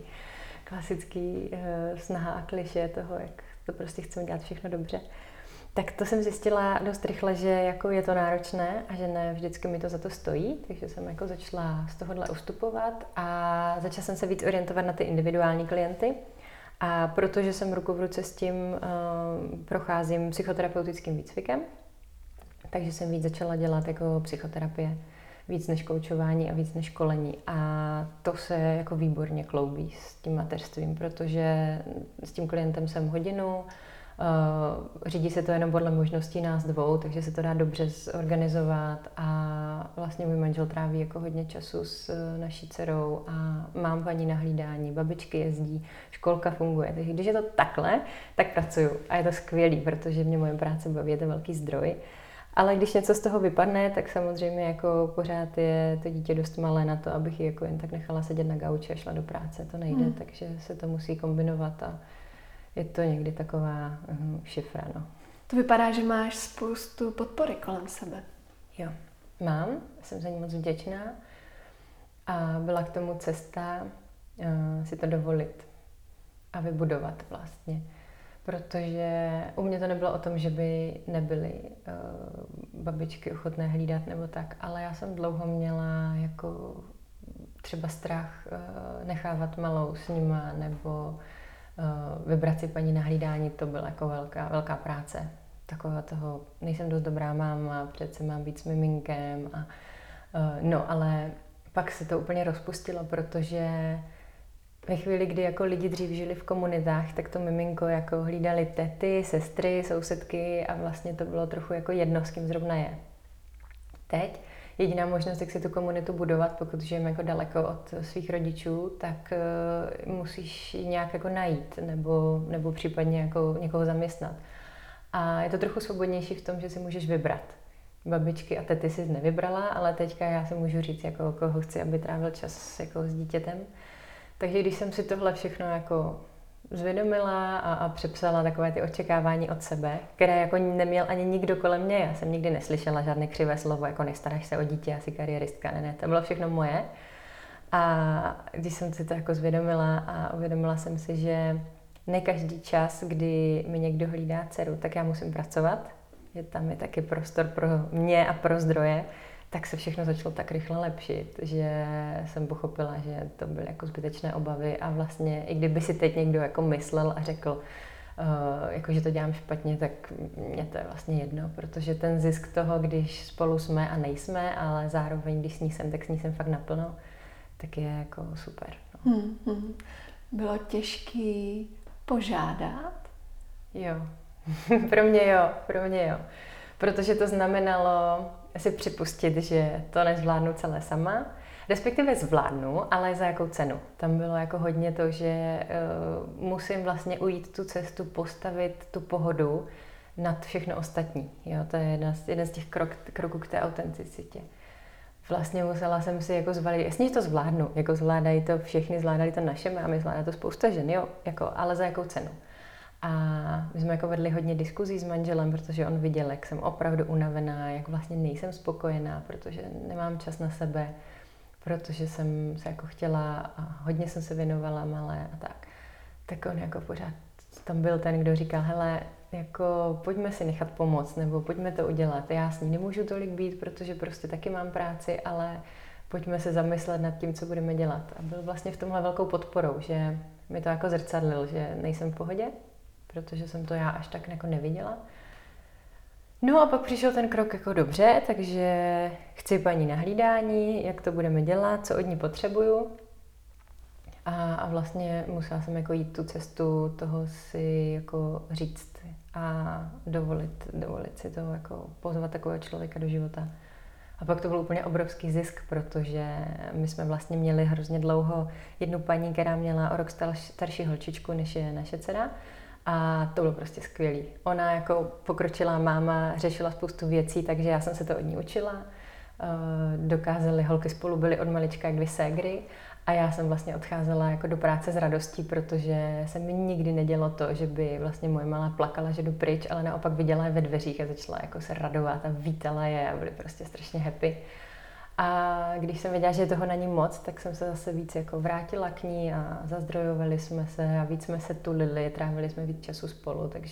klasický snaha a klišé toho, jak to prostě chceme dělat všechno dobře. Tak to jsem zjistila dost rychle, že jako je to náročné a že ne vždycky mi to za to stojí, takže jsem jako začala z tohohle ustupovat a začala jsem se víc orientovat na ty individuální klienty. A protože jsem ruku v ruce s tím procházím psychoterapeutickým výcvikem, takže jsem víc začala dělat jako psychoterapie, víc než koučování a víc než školení. A to se jako výborně kloubí s tím mateřstvím, protože s tím klientem jsem hodinu, řídí se to jenom podle možností nás dvou, takže se to dá dobře zorganizovat a vlastně můj manžel tráví jako hodně času s naší dcerou a mám paní na hlídání, babičky jezdí, školka funguje. Takže když je to takhle, tak pracuju a je to skvělý, protože mě moje práce baví, je to velký zdroj. Ale když něco z toho vypadne, tak samozřejmě jako pořád je to dítě dost malé na to, abych ji jako jen tak nechala sedět na gauči a šla do práce. To nejde, takže se to musí kombinovat a je to někdy taková šifra, no. To vypadá, že máš spoustu podpory kolem sebe. Jo, mám, jsem za ní moc vděčná a byla k tomu cesta si to dovolit a vybudovat vlastně. Protože u mě to nebylo o tom, že by nebyly babičky ochotné hlídat nebo tak, ale já jsem dlouho měla jako třeba strach nechávat malou s nima nebo vybrat si paní na hlídání, to byla jako velká práce. Takového toho, nejsem dost dobrá máma, přece mám být s miminkem a no, ale pak se to úplně rozpustilo, protože ve chvíli, kdy jako lidi dřív žili v komunitách, tak to miminko jako hlídali tety, sestry, sousedky a vlastně to bylo trochu jako jedno, s kým zrovna je. Teď jediná možnost, jak si tu komunitu budovat, pokud žijeme jako daleko od svých rodičů, tak musíš ji nějak jako najít nebo případně jako někoho zaměstnat. A je to trochu svobodnější v tom, že si můžeš vybrat. Babičky a tety si nevybrala, ale teďka já si můžu říct, jako koho chci, aby trávil čas jako s dítětem. Takže když jsem si tohle všechno jako zvědomila a přepsala takové ty očekávání od sebe, které jako neměl ani nikdo kolem mě, já jsem nikdy neslyšela žádné křivé slovo, jako nestaráš se o dítě, asi kariéristka, ne, to bylo všechno moje. A když jsem si to jako zvědomila a uvědomila jsem si, že ne každý čas, kdy mi někdo hlídá dceru, tak já musím pracovat, že tam je taky prostor pro mě a pro zdroje, tak se všechno začalo tak rychle lepšit, že jsem pochopila, že to byly jako zbytečné obavy a vlastně i kdyby si teď někdo jako myslel a řekl, jako že to dělám špatně, tak mě to je vlastně jedno, protože ten zisk toho, když spolu jsme a nejsme, ale zároveň, když s ní jsem, tak s ní jsem fakt naplno, tak je jako super. No. Bylo těžký požádat? Jo, pro mě jo. Protože to znamenalo si připustit, že to nezvládnu celé sama, respektive zvládnu, ale za jakou cenu. Tam bylo jako hodně to, že musím vlastně ujít tu cestu, postavit tu pohodu nad všechno ostatní. Jo, to je jeden z těch kroků k té autenticitě. Vlastně musela jsem si jako zvalit, jasně, že to zvládnu, jako zvládají to všichni, zvládali to naše mámy, zvládá to spousta žen, jo, jako, ale za jakou cenu. A my jsme jako vedli hodně diskuzí s manželem, protože on viděl, jak jsem opravdu unavená, jak vlastně nejsem spokojená, protože nemám čas na sebe, protože jsem se jako chtěla a hodně jsem se věnovala malé a tak. Tak on jako pořád tam byl ten, kdo říkal, hele, jako pojďme si nechat pomoct, nebo pojďme to udělat. Já s ní nemůžu tolik být, protože prostě taky mám práci, ale pojďme se zamyslet nad tím, co budeme dělat. A byl vlastně v tomhle velkou podporou, že mi to jako zrcadlil, že nejsem v pohodě, protože jsem to já až tak jako neviděla. No a pak přišel ten krok jako dobře, takže chci paní na hlídání, jak to budeme dělat, co od ní potřebuju. A vlastně musela jsem jako jít tu cestu toho si jako říct a dovolit si to jako pozvat takového člověka do života. A pak to byl úplně obrovský zisk, protože my jsme vlastně měli hrozně dlouho jednu paní, která měla o rok starší holčičku, než je naše dcera. A to bylo prostě skvělý. Ona jako pokročilá máma řešila spoustu věcí, takže já jsem se to od ní učila. Dokázali, holky spolu byly od malička jak dvě ségry a já jsem vlastně odcházela jako do práce s radostí, protože se mi nikdy nedělo to, že by vlastně moje malá plakala, že jdu pryč, ale naopak viděla je ve dveřích a začala jako se radovat a vítala je a byly prostě strašně happy. A když jsem věděla, že je toho na ní moc, tak jsem se zase víc jako vrátila k ní a zazdrojovali jsme se a víc jsme se tulili, trávili jsme víc času spolu, takže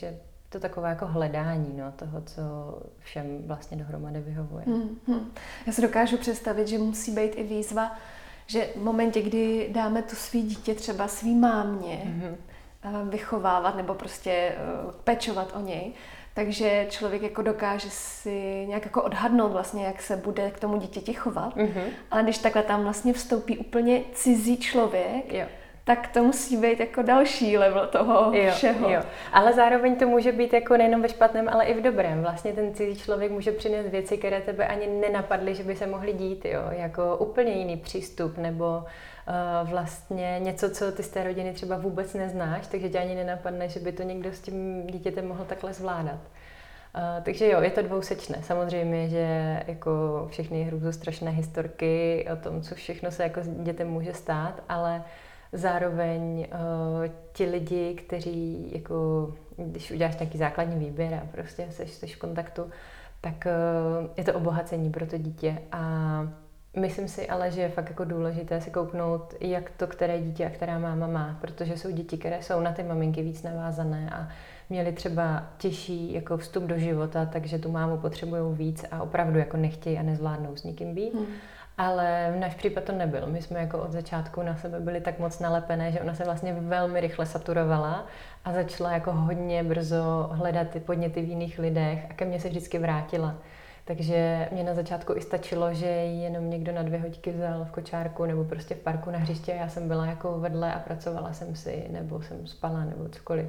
to takové jako hledání, no, toho, co všem vlastně dohromady vyhovuje. Já si dokážu představit, že musí být i výzva, že v momentě, kdy dáme to svý dítě třeba svý mámě vychovávat nebo prostě pečovat o něj, takže člověk jako dokáže si nějak jako odhadnout vlastně, jak se bude k tomu dítěti chovat. Ale když takhle tam vlastně vstoupí úplně cizí člověk, tak to musí být jako další level toho všeho. Jo. Ale zároveň to může být jako nejenom ve špatném, ale i v dobrém. Vlastně ten cizí člověk může přinést věci, které tebe ani nenapadly, že by se mohly dít, jo. Jako úplně jiný přístup, nebo vlastně něco, co ty z té rodiny třeba vůbec neznáš, takže tě ani nenapadne, že by to někdo s tím dítětem mohl takhle zvládat. Takže jo, je to dvousečné. Samozřejmě, že jako všechny hrůzostrašné historky o tom, co všechno se jako s dětem může stát, ale zároveň ti lidi, kteří, jako, když uděláš nějaký základní výběr a prostě jsi v kontaktu, tak je to obohacení pro to dítě. A myslím si ale, že je fakt jako důležité si kouknout, jak to které dítě a která máma má, protože jsou děti, které jsou na ty maminky víc navázané a měli třeba těžší jako vstup do života, takže tu mámu potřebují víc a opravdu jako nechtějí a nezvládnou s nikým být. Ale v náš případ to nebyl. My jsme jako od začátku na sebe byli tak moc nalepené, že ona se vlastně velmi rychle saturovala a začala jako hodně brzo hledat ty podněty v jiných lidech a ke mně se vždycky vrátila. Takže mě na začátku i stačilo, že ji jenom někdo na 2 hoďky vzal v kočárku nebo prostě v parku na hřiště a já jsem byla jako vedle a pracovala jsem si, nebo jsem spala, nebo cokoliv.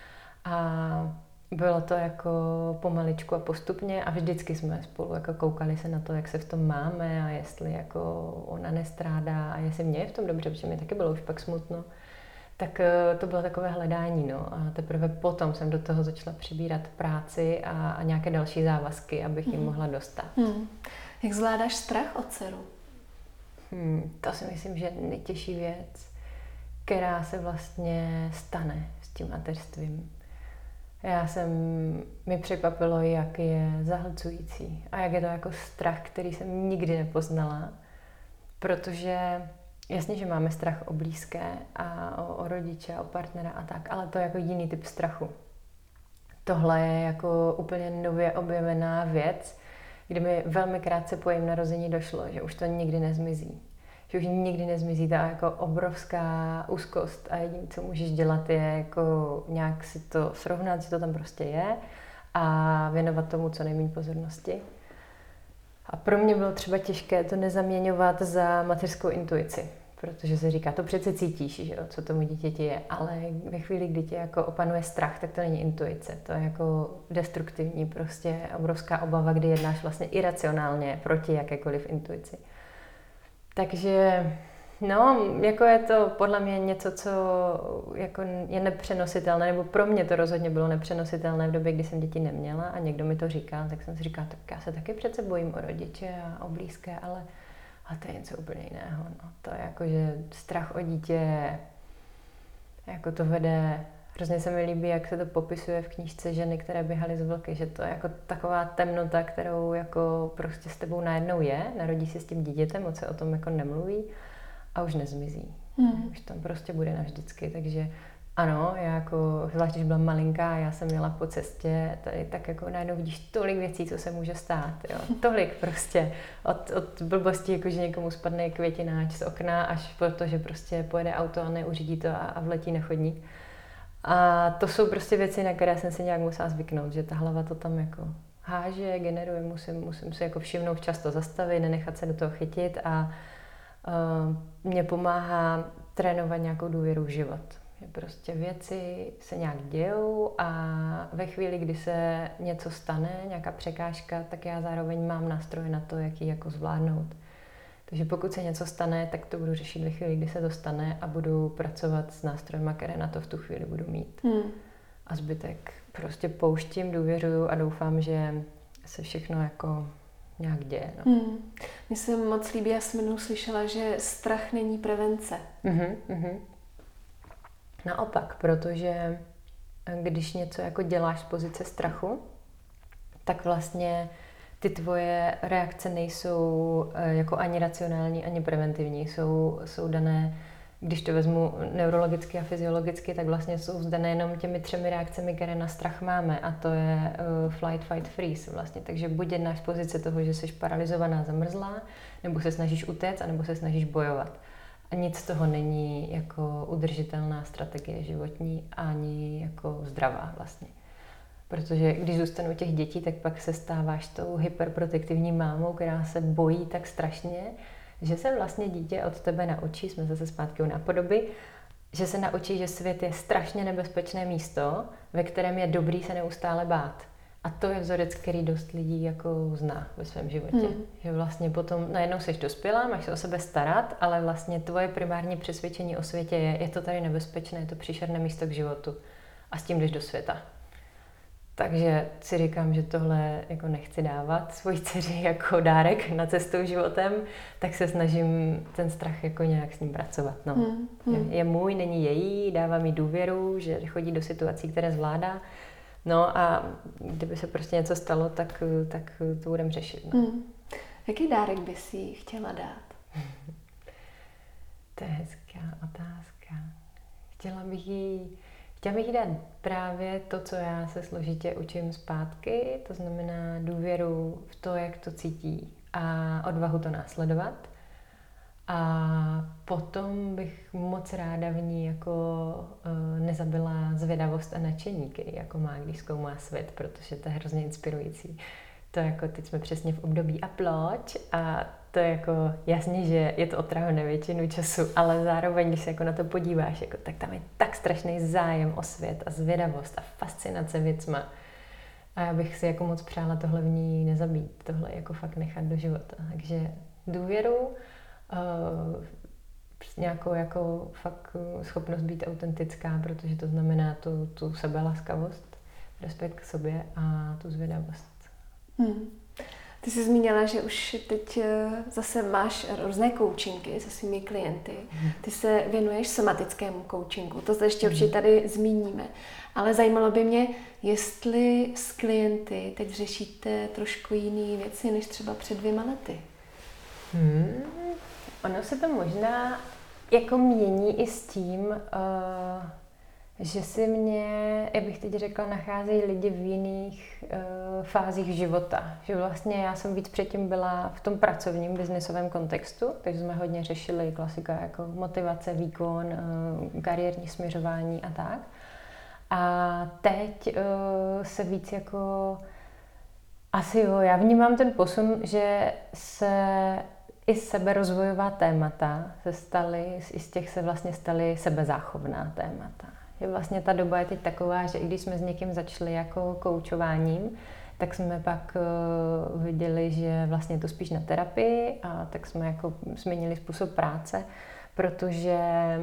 A bylo to jako pomaličku a postupně a vždycky jsme spolu jako koukali se na to, jak se v tom máme a jestli jako ona nestrádá a jestli mě je v tom dobře, protože mi taky bylo už pak smutno. Tak to bylo takové hledání, no. A teprve potom jsem do toho začala přibírat práci a nějaké další závazky, abych jim mohla dostat. Jak zvládáš strach o dceru? To si myslím, že je nejtěžší věc, která se vlastně stane s tím mateřstvím. Mi překvapilo, jak je zahlcující a jak je to jako strach, který jsem nikdy nepoznala, protože jasně, že máme strach o blízké a o rodiče, o partnera a tak, ale to je jako jiný typ strachu. Tohle je jako úplně nově objevená věc, kdy mi velmi krátce po jejím narození došlo, že už to nikdy nezmizí. Že už nikdy nezmizí ta jako obrovská úzkost a jediné, co můžeš dělat, je jako nějak si to srovnat, že to tam prostě je a věnovat tomu co nejméně pozornosti. A pro mě bylo třeba těžké to nezaměňovat za mateřskou intuici, protože se říká, to přece cítíš, že jo, co tomu dítěti je, ale ve chvíli, kdy tě jako opanuje strach, tak to není intuice, to je jako destruktivní, prostě obrovská obava, kdy jednáš vlastně iracionálně proti jakékoliv intuici. Takže no, jako je to podle mě něco, co jako je nepřenositelné, nebo pro mě to rozhodně bylo nepřenositelné v době, kdy jsem děti neměla a někdo mi to říkal, tak jsem si říkala, tak já se taky přece bojím o rodiče a o blízké, ale to je něco úplně jiného. No. To je jako, že strach o dítě, jako to vede, hrozně se mi líbí, jak se to popisuje v knížce Ženy, které běhaly z vlky, že to je jako taková temnota, kterou jako prostě s tebou najednou je, narodí se s tím dítětem, moc se o tom jako nemluví a už nezmizí. Už tam prostě bude navždycky, takže ano, já jako, zvlášť když byla malinká, já jsem měla po cestě, tady tak jako najednou vidíš tolik věcí, co se může stát, jo. Tolik prostě, od blbosti, jako že někomu spadne květináč z okna, až po to, že prostě pojede auto a neuřídí to a vletí na chodník. A to jsou prostě věci, na které jsem si nějak musela zvyknout, že ta hlava to tam jako háže, generuje, musím si jako všimnout, často zastavit, nenechat se do toho chytit a mě pomáhá trénovat nějakou důvěru v život. Že prostě věci se nějak dějou a ve chvíli, kdy se něco stane, nějaká překážka, tak já zároveň mám nástroje na to, jak ji jako zvládnout. Takže pokud se něco stane, tak to budu řešit ve chvíli, kdy se to stane a budu pracovat s nástrojema, které na to v tu chvíli budu mít. A zbytek prostě pouštím, důvěřuju a doufám, že se všechno jako nějak děje. No. Mně se moc líbí, já jsem jednou slyšela, že strach není prevence. Naopak, protože když něco jako děláš z pozice strachu, tak vlastně ty tvoje reakce nejsou jako ani racionální, ani preventivní. Jsou dané když to vezmu neurologicky a fyziologicky, tak vlastně jsou zde nejenom těmi 3 reakcemi, které na strach máme, a to je flight, fight, freeze vlastně. Takže buď jednáš z pozice toho, že jsi paralizovaná, zamrzlá, nebo se snažíš utéct, anebo se snažíš bojovat. A nic z toho není jako udržitelná strategie životní, ani jako zdravá vlastně. Protože když zůstanu těch dětí, tak pak se stáváš tou hyperprotektivní mámou, která se bojí tak strašně, že se vlastně dítě od tebe naučí, jsme zase zpátky u nápodoby, že se naučí, že svět je strašně nebezpečné místo, ve kterém je dobrý se neustále bát. A to je vzorec, který dost lidí jako zná ve svém životě. Že vlastně potom najednou seš dospělá, máš se o sebe starat, ale vlastně tvoje primární přesvědčení o světě je to tady nebezpečné, je to příšerné místo k životu. A s tím jdeš do světa. Takže si říkám, že tohle jako nechci dávat svojí dceři jako dárek na cestu životem, tak se snažím ten strach jako nějak s ním pracovat. No. Je můj, není její, dávám jí důvěru, že chodí do situací, které zvládá. No a kdyby se prostě něco stalo, tak to budeme řešit. No. Jaký dárek by si chtěla dát? To je hezká otázka. Chtěla bych jí dát právě to, co já se složitě učím zpátky, to znamená důvěru v to, jak to cítí a odvahu to následovat. A potom bych moc ráda v ní jako nezabila zvědavost a nadšení, který jako má, když zkoumá svět, protože to je hrozně inspirující. To jako teď jsme přesně v období a ploč a to je jako jasně, že je to otravné většinu času, ale zároveň, když se jako na to podíváš, jako, tak tam je tak strašný zájem o svět a zvědavost a fascinace věcma. A já bych si jako moc přála tohle v ní nezabít, tohle jako fakt nechat do života. Takže důvěru, nějakou jako fakt schopnost být autentická, protože to znamená tu sebelaskavost, respekt k sobě a tu zvědavost. Ty jsi zmínila, že už teď zase máš různé coachingy se svými klienty. Ty se věnuješ somatickému coachingu, to zde ještě určitě tady zmíníme. Ale zajímalo by mě, jestli s klienty teď řešíte trošku jiné věci, než třeba před 2 lety. Ono se to možná jako mění i s tím, že si mě, jak bych teď řekla, nacházejí lidi v jiných fázích života. Že vlastně já jsem víc předtím byla v tom pracovním biznesovém kontextu, takže jsme hodně řešili klasika jako motivace, výkon, kariérní směřování a tak. A teď se víc jako asi já vnímám ten posun, že se i seberozvojová témata z těch se vlastně staly sebezáchovná témata. Že vlastně ta doba je teď taková, že i když jsme s někým začali jako koučováním, tak jsme pak viděli, že vlastně je to spíš na terapii a tak jsme jako změnili způsob práce, protože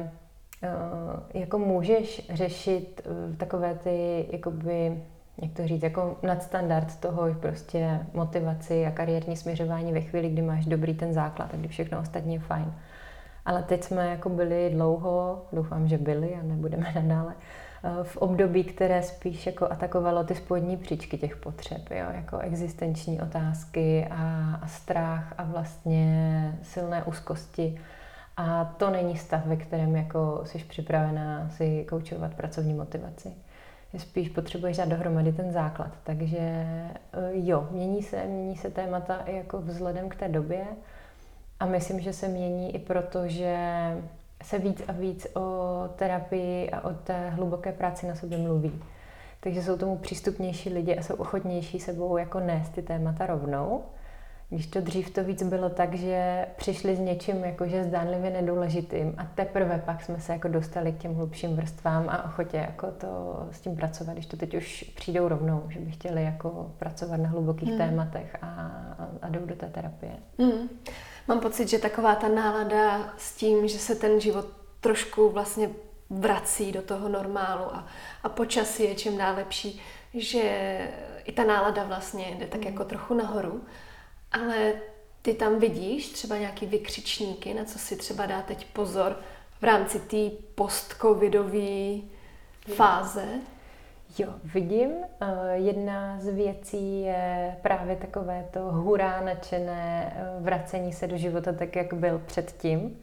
jako můžeš řešit takové ty, jakoby, jak to říct, jako nadstandard toho prostě motivaci a kariérní směřování ve chvíli, kdy máš dobrý ten základ a kdy všechno ostatní je fajn. Ale teď jsme jako byli dlouho, doufám, že byli a nebudeme nadále, v období, které spíš jako atakovalo ty spodní příčky těch potřeb, jo? Jako existenční otázky a strach a vlastně silné úzkosti. A to není stav, ve kterém jako jsi připravená si koučovat pracovní motivaci. Spíš potřebuješ dát dohromady ten základ. Takže jo, mění se témata i jako vzhledem k té době. A myslím, že se mění i proto, že se víc a víc o terapii a o té hluboké práci na sobě mluví. Takže jsou tomu přístupnější lidi a jsou ochotnější sebou jako nést ty témata rovnou. Když to dřív to víc bylo tak, že přišli s něčím jakože zdánlivě nedůležitým a teprve pak jsme se jako dostali k těm hlubším vrstvám a ochotě jako to s tím pracovat, když to teď už přijdou rovnou, že by chtěli jako pracovat na hlubokých tématech a jdou do té terapie. Mám pocit, že taková ta nálada s tím, že se ten život trošku vlastně vrací do toho normálu a počasí je čím dál lepší, že i ta nálada vlastně jde tak jako trochu nahoru. Ale ty tam vidíš třeba nějaký vykřičníky, na co si třeba dá teď pozor v rámci té post-covidové fáze? Jo, vidím. Jedna z věcí je právě takové to hurá nadšené vracení se do života tak, jak byl předtím.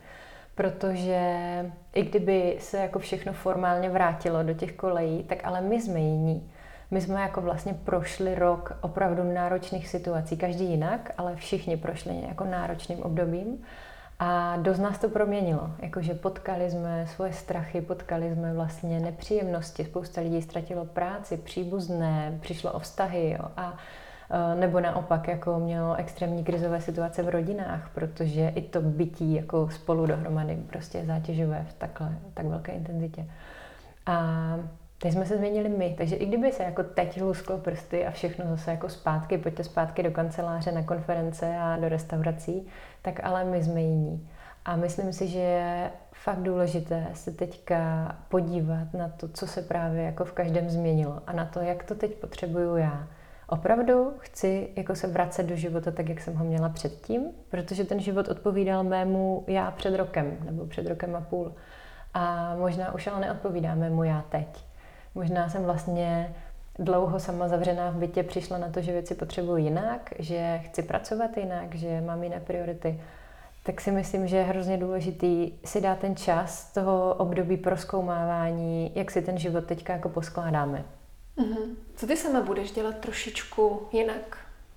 protože i kdyby se jako všechno formálně vrátilo do těch kolejí, tak ale my jsme jiní. My jsme jako vlastně prošli rok opravdu náročných situací, každý jinak, ale všichni prošli jako náročným obdobím a dost nás to proměnilo. Jakože potkali jsme svoje strachy, potkali jsme vlastně nepříjemnosti, spousta lidí ztratilo práci, příbuzné, přišlo o vztahy, jo, a nebo naopak jako mělo extrémní krizové situace v rodinách, protože i to bytí jako spolu dohromady prostě je zátěžové v tak velké intenzitě. A teď jsme se změnili my, takže i kdyby se jako teď lusklo prsty a všechno zase jako zpátky, pojďte zpátky do kanceláře, na konference a do restaurací, tak ale my jsme jiní. A myslím si, že je fakt důležité se teďka podívat na to, co se právě jako v každém změnilo a na to, jak to teď potřebuju já. Opravdu chci jako se vracet do života tak, jak jsem ho měla předtím, protože ten život odpovídal mému já před rokem nebo před rokem a půl. A možná už ale neodpovídá mému já teď. Možná jsem vlastně dlouho sama zavřená v bytě přišla na to, že věci potřebuji jinak, že chci pracovat jinak, že mám jiné priority. Tak si myslím, že je hrozně důležitý si dát ten čas toho období prozkoumávání, jak si ten život teďka jako poskládáme. Co ty sama budeš dělat trošičku jinak?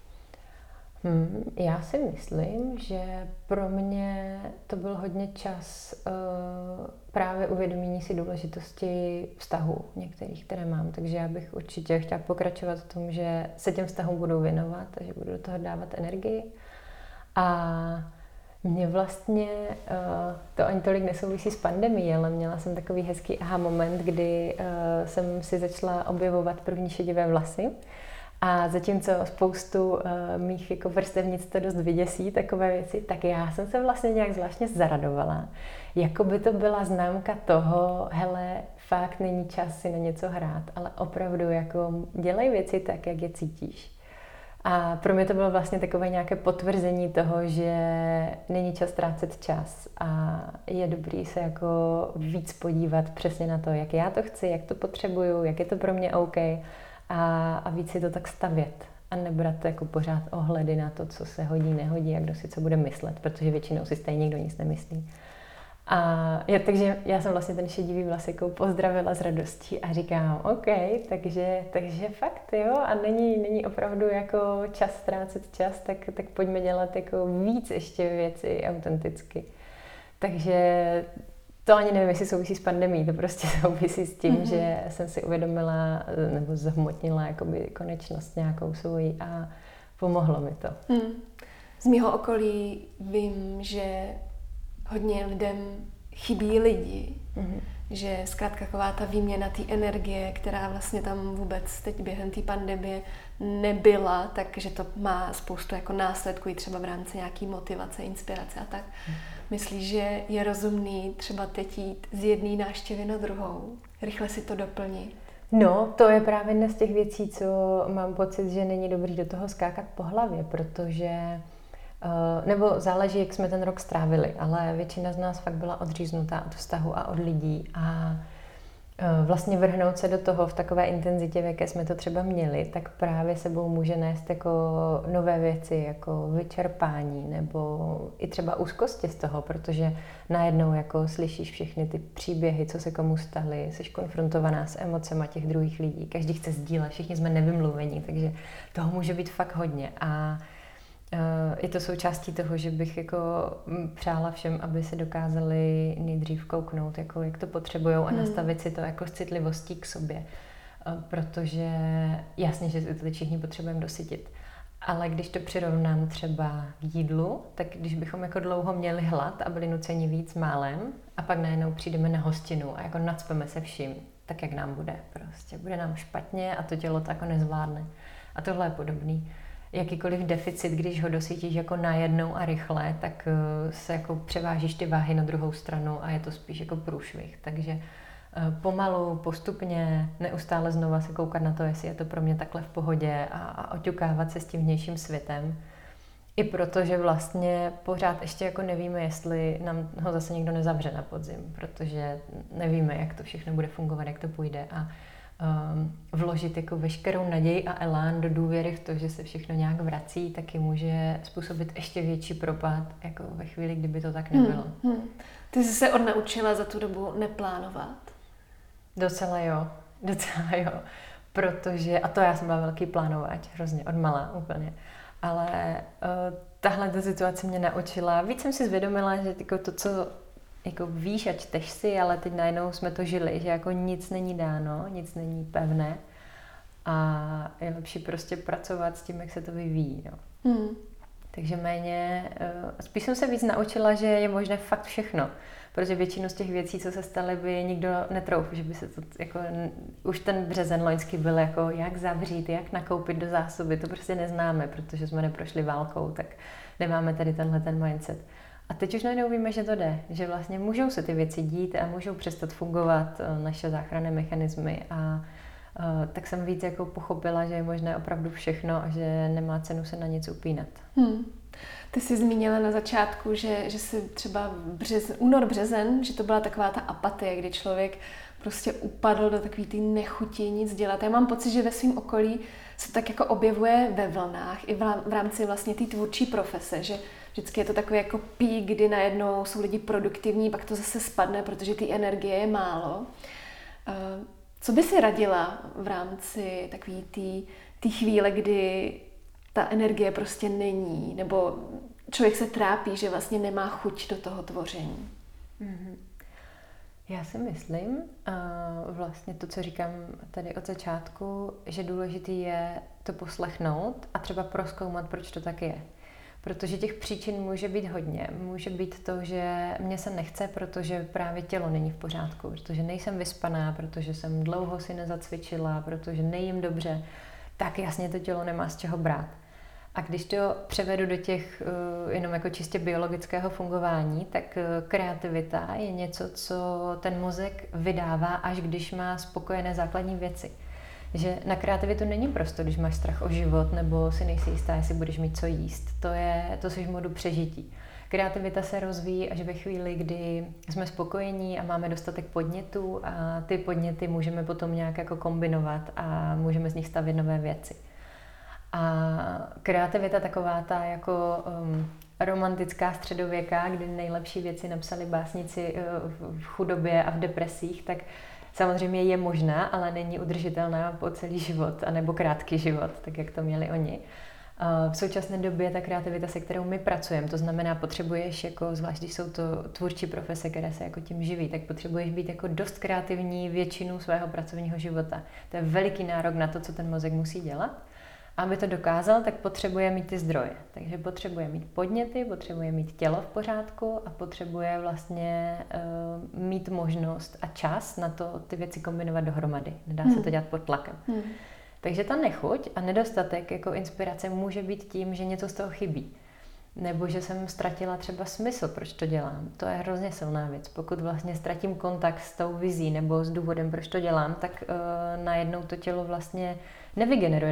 Já si myslím, že pro mě to byl hodně čas právě uvědomění si důležitosti vztahů některých, které mám. Takže já bych určitě chtěla pokračovat v tom, že se těm vztahům budu věnovat a že budu do toho dávat energii. A mě vlastně to ani tolik nesouvisí s pandemií, ale měla jsem takový hezký aha moment, kdy jsem si začala objevovat první šedivé vlasy. A zatímco spoustu mých jako vrstevnic to dost vyděsí, takové věci, tak já jsem se vlastně nějak zvláštně zaradovala. Jako by to byla známka toho, hele, fakt není čas si na něco hrát, ale opravdu jako dělej věci tak, jak je cítíš. A pro mě to bylo vlastně takové nějaké potvrzení toho, že není čas ztrácet čas a je dobrý se jako víc podívat přesně na to, jak já to chci, jak to potřebuju, jak je to pro mě OK a víc si to tak stavět a nebrat jako pořád ohledy na to, co se hodí, nehodí a kdo si co bude myslet, protože většinou si stejně nikdo nic nemyslí. Takže já jsem vlastně ten šedivý vlas jako pozdravila s radostí a říkám, OK, takže fakt, jo, a není opravdu jako čas ztrácet čas, tak pojďme dělat jako víc ještě věci autenticky. Takže to ani nevím, jestli souvisí s pandemií, to prostě souvisí s tím, že jsem si uvědomila nebo zhmotnila jakoby konečnost nějakou svoji a pomohlo mi to. Z mého okolí vím, že hodně lidem chybí lidi, že zkrátka taková ta výměna té energie, která vlastně tam vůbec teď během té pandemie nebyla, takže to má spoustu jako následků i třeba v rámci nějaký motivace, inspirace a tak. Myslíš, že je rozumný třeba teď jít z jedné návštěvy na druhou, rychle si to doplnit? No, to je právě jedna z těch věcí, co mám pocit, že není dobrý do toho skákat po hlavě, protože nebo záleží, jak jsme ten rok strávili, ale většina z nás fakt byla odříznutá od vztahu a od lidí a vlastně vrhnout se do toho v takové intenzitě, v jaké jsme to třeba měli, tak právě sebou může nést jako nové věci, jako vyčerpání nebo i třeba úzkosti z toho, protože najednou jako slyšíš všechny ty příběhy, co se komu staly, jsi konfrontovaná s emocema těch druhých lidí, každý chce sdílet, všichni jsme nevymluvení, takže toho může být fakt hodně a je to součástí toho, že bych jako přála všem, aby se dokázali nejdřív kouknout, jako jak to potřebujou a nastavit si to jako s citlivostí k sobě. Protože jasně, že to teď všichni potřebujeme dosytit. Ale když to přirovnám třeba k jídlu, tak když bychom jako dlouho měli hlad a byli nuceni víc málem a pak najednou přijdeme na hostinu a jako nacpeme se vším, tak jak nám bude prostě. Bude nám špatně a to tělo to jako nezvládne. A tohle je podobný. Jakýkoliv deficit, když ho dosytíš jako najednou a rychle, tak se jako převážíš ty váhy na druhou stranu a je to spíš jako průšvih. Takže pomalu, postupně, neustále znova se koukat na to, jestli je to pro mě takhle v pohodě a oťukávat se s tím vnějším světem. I protože vlastně pořád ještě jako nevíme, jestli nám ho zase někdo nezavře na podzim, protože nevíme, jak to všechno bude fungovat, jak to půjde. A vložit jako veškerou naději a elán do důvěry v to, že se všechno nějak vrací, taky může způsobit ještě větší propad, jako ve chvíli, kdyby to tak nebylo. Ty jsi se odnaučila za tu dobu neplánovat? Docela jo. Protože, a to já jsem byla velký plánovač, hrozně, od malá úplně. Ale tahle ta situace mě naučila, víc jsem si zvědomila, že jako to, co jako víš a čteš si, ale teď najednou jsme to žili, že jako nic není dáno, nic není pevné a je lepší prostě pracovat s tím, jak se to vyvíjí. No. Takže méně, spíš jsem se víc naučila, že je možné fakt všechno, protože většinu z těch věcí, co se staly, by nikdo netroufl, že by se to jako, už ten březen loňský byl jako jak zavřít, jak nakoupit do zásoby, to prostě neznáme, protože jsme neprošli válkou, tak nemáme tady tenhle ten mindset. A teď už najednou víme, že to jde, že vlastně můžou se ty věci dít a můžou přestat fungovat naše záchranné mechanismy a tak jsem víc jako pochopila, že je možné opravdu všechno a že nemá cenu se na nic upínat. Ty jsi zmínila na začátku, že si třeba únor, březen, že to byla taková ta apatie, kdy člověk prostě upadl do takový ty nechuti nic dělat. Já mám pocit, že ve svém okolí se tak jako objevuje ve vlnách i v rámci vlastně té tvůrčí profese, že vždycky je to takový jako pík, kdy najednou jsou lidi produktivní, pak to zase spadne, protože té energie je málo. Co by si radila v rámci takové té chvíle, kdy ta energie prostě není, nebo člověk se trápí, že vlastně nemá chuť do toho tvoření? Já si myslím, vlastně to, co říkám tady od začátku, že důležitý je to poslechnout a třeba prozkoumat, proč to tak je. Protože těch příčin může být hodně. Může být to, že mě se nechce, protože právě tělo není v pořádku, protože nejsem vyspaná, protože jsem dlouho si nezacvičila, protože nejím dobře, tak jasně to tělo nemá z čeho brát. A když to převedu do těch jenom jako čistě biologického fungování, tak kreativita je něco, co ten mozek vydává, až když má spokojené základní věci. Že na kreativitu není prostor, když máš strach o život nebo si nejsi jistá, jestli budeš mít co jíst. To jsi v modu přežití. Kreativita se rozvíjí až ve chvíli, kdy jsme spokojení a máme dostatek podnětů a ty podněty můžeme potom nějak jako kombinovat a můžeme z nich stavět nové věci. A kreativita taková ta jako romantická středověká, kdy nejlepší věci napsali básníci v chudobě a v depresích, tak samozřejmě je možná, ale není udržitelná po celý život, anebo krátký život, tak jak to měli oni. V současné době ta kreativita, se kterou my pracujeme, to znamená, potřebuješ, jako, zvlášť když jsou to tvůrčí profese, které se jako tím živí, tak potřebuješ být jako dost kreativní většinu svého pracovního života. To je veliký nárok na to, co ten mozek musí dělat. A aby to dokázal, tak potřebuje mít ty zdroje. Takže potřebuje mít podněty, potřebuje mít tělo v pořádku a potřebuje vlastně mít možnost a čas na to ty věci kombinovat dohromady. Nedá se to dělat pod tlakem. Takže ta nechuť a nedostatek jako inspirace může být tím, že něco z toho chybí. Nebo že jsem ztratila třeba smysl, proč to dělám. To je hrozně silná věc. Pokud vlastně ztratím kontakt s tou vizí nebo s důvodem, proč to dělám, tak najednou to tělo vlastně nevygeneruje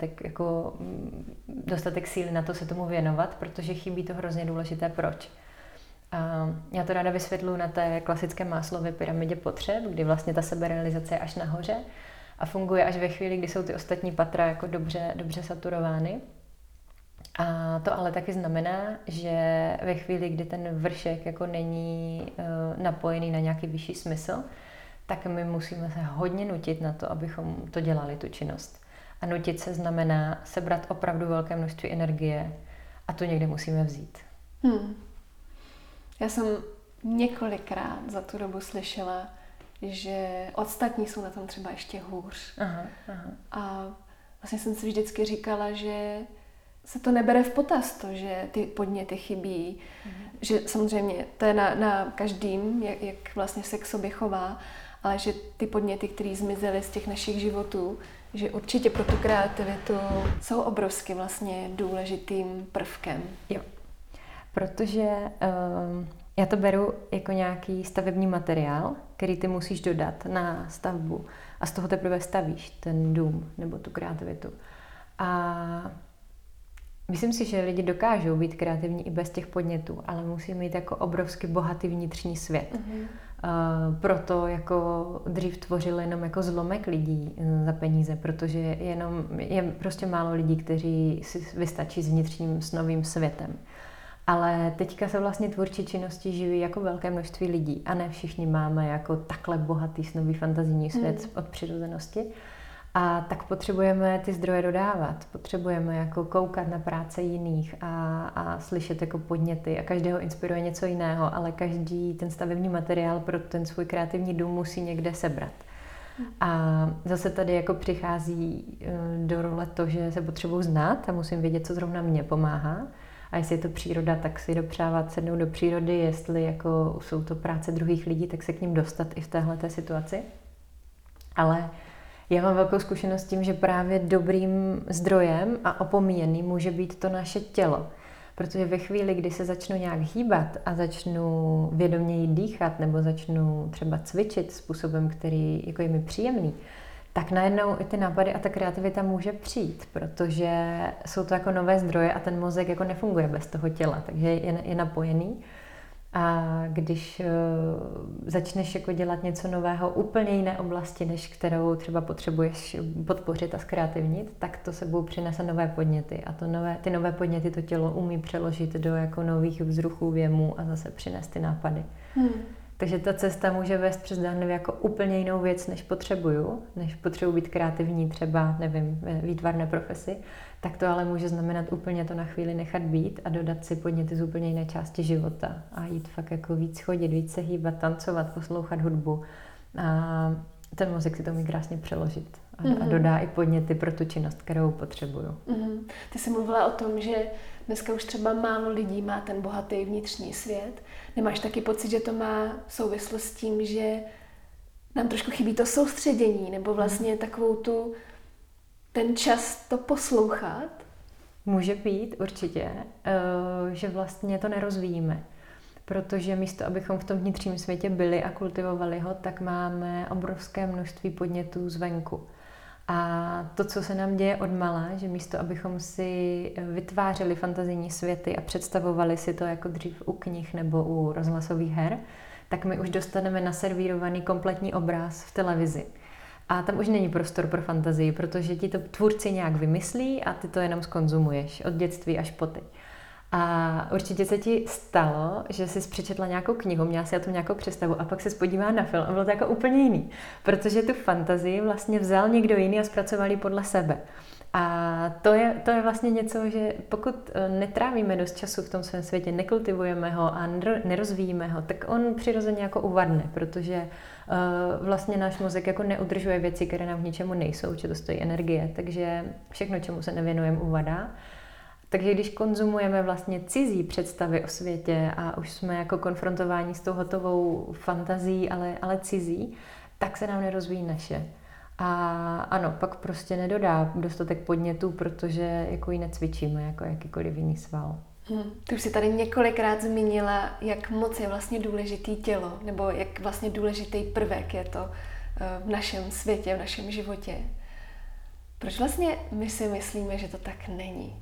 dostatek síly na to se tomu věnovat, protože chybí to hrozně důležité proč. A já to ráda vysvětluji na té klasické Maslově pyramidě potřeb, kdy vlastně ta seberealizace je až nahoře a funguje až ve chvíli, kdy jsou ty ostatní patra jako dobře saturovány. A to ale taky znamená, že ve chvíli, kdy ten vršek jako není napojený na nějaký vyšší smysl, tak my musíme se hodně nutit na to, abychom to dělali, tu činnost. A nutit se znamená sebrat opravdu velké množství energie a to někde musíme vzít. Já jsem několikrát za tu dobu slyšela, že ostatní jsou na tom třeba ještě hůř. Aha. A vlastně jsem si vždycky říkala, že se to nebere v potaz to, že ty podněty chybí. Že samozřejmě to je na každým, jak vlastně se k sobě chová, ale že ty podněty, které zmizely z těch našich životů, že určitě pro tu kreativitu jsou obrovsky vlastně důležitým prvkem. Jo, protože já to beru jako nějaký stavební materiál, který ty musíš dodat na stavbu a z toho teprve stavíš ten dům nebo tu kreativitu. A myslím si, že lidi dokážou být kreativní i bez těch podnětů, ale musí mít jako obrovsky bohatý vnitřní svět. Proto jako dřív tvořili jenom jako zlomek lidí za peníze, protože je prostě málo lidí, kteří si vystačí s vnitřním snovým světem. Ale teďka se vlastně tvůrčí činnosti živí jako velké množství lidí a ne všichni máme jako takhle bohatý snový fantazijní svět od přirozenosti. A tak potřebujeme ty zdroje dodávat, potřebujeme jako koukat na práce jiných a slyšet jako podněty a každého inspiruje něco jiného, ale každý ten stavební materiál pro ten svůj kreativní dům musí někde sebrat. A zase tady jako přichází do role to, že se potřebuji znát a musím vědět, co zrovna mě pomáhá. A jestli je to příroda, tak si dopřávat sednout do přírody, jestli jako jsou to práce druhých lidí, tak se k ním dostat i v téhleté situaci. Ale já mám velkou zkušenost s tím, že právě dobrým zdrojem a opomíjeným může být to naše tělo. Protože ve chvíli, kdy se začnu nějak hýbat a začnu vědoměji dýchat nebo začnu třeba cvičit způsobem, který jako je mi příjemný, tak najednou i ty nápady a ta kreativita může přijít, protože jsou to jako nové zdroje a ten mozek jako nefunguje bez toho těla, takže je napojený. A když začneš jako dělat něco nového, úplně jiné oblasti, než kterou třeba potřebuješ podpořit a zkreativnit, tak to sebou přinese nové podněty. A ty nové podněty to tělo umí přeložit do jako nových vzruchů, věmů a zase přinést ty nápady. Takže ta cesta může vést přes zdánlivě jako úplně jinou věc, než potřebuji být kreativní třeba, nevím, ve výtvarné profesi, tak to ale může znamenat úplně to na chvíli nechat být a dodat si podněty z úplně jiné části života a jít fakt jako víc chodit, víc se hýbat, tancovat, poslouchat hudbu a ten mozek si to umí krásně přeložit a dodá i podněty pro tu činnost, kterou potřebuju. Ty jsi mluvila o tom, že dneska už třeba málo lidí má ten bohatý vnitřní svět. Nemáš taky pocit, že to má souvislost s tím, že nám trošku chybí to soustředění nebo vlastně takovou ten čas to poslouchat? Může být určitě, že vlastně to nerozvíjíme. Protože místo, abychom v tom vnitřním světě byli a kultivovali ho, tak máme obrovské množství podnětů zvenku. A to, co se nám děje odmala, že místo, abychom si vytvářeli fantazijní světy a představovali si to jako dřív u knih nebo u rozhlasových her, tak my už dostaneme naservírovaný kompletní obraz v televizi. A tam už není prostor pro fantazii, protože ti to tvůrci nějak vymyslí a ty to jenom zkonzumuješ od dětství až po teď. A určitě se ti stalo, že jsi přečetla nějakou knihu, měla si o tom nějakou představu a pak se podívala na film a bylo to jako úplně jiný. Protože tu fantazii vlastně vzal někdo jiný a zpracoval ji podle sebe. A to je vlastně něco, že pokud netrávíme dost času v tom svém světě, nekultivujeme ho a nerozvíjíme ho, tak on přirozeně jako uvadne, protože vlastně náš mozek jako neudržuje věci, které nám k ničemu nejsou, že to stojí energie, takže všechno, čemu se nevěnujeme, uvadá. Takže když konzumujeme vlastně cizí představy o světě a už jsme jako konfrontováni s tou hotovou fantazí, ale cizí, tak se nám nerozvíjí naše. A ano, pak prostě nedodá dostatek podnětů, protože jako ji necvičíme jako jakýkoliv jiný sval. Ty už jsi tady několikrát zmínila, jak moc je vlastně důležitý tělo, nebo jak vlastně důležitý prvek je to v našem světě, v našem životě. Proč vlastně my si myslíme, že to tak není?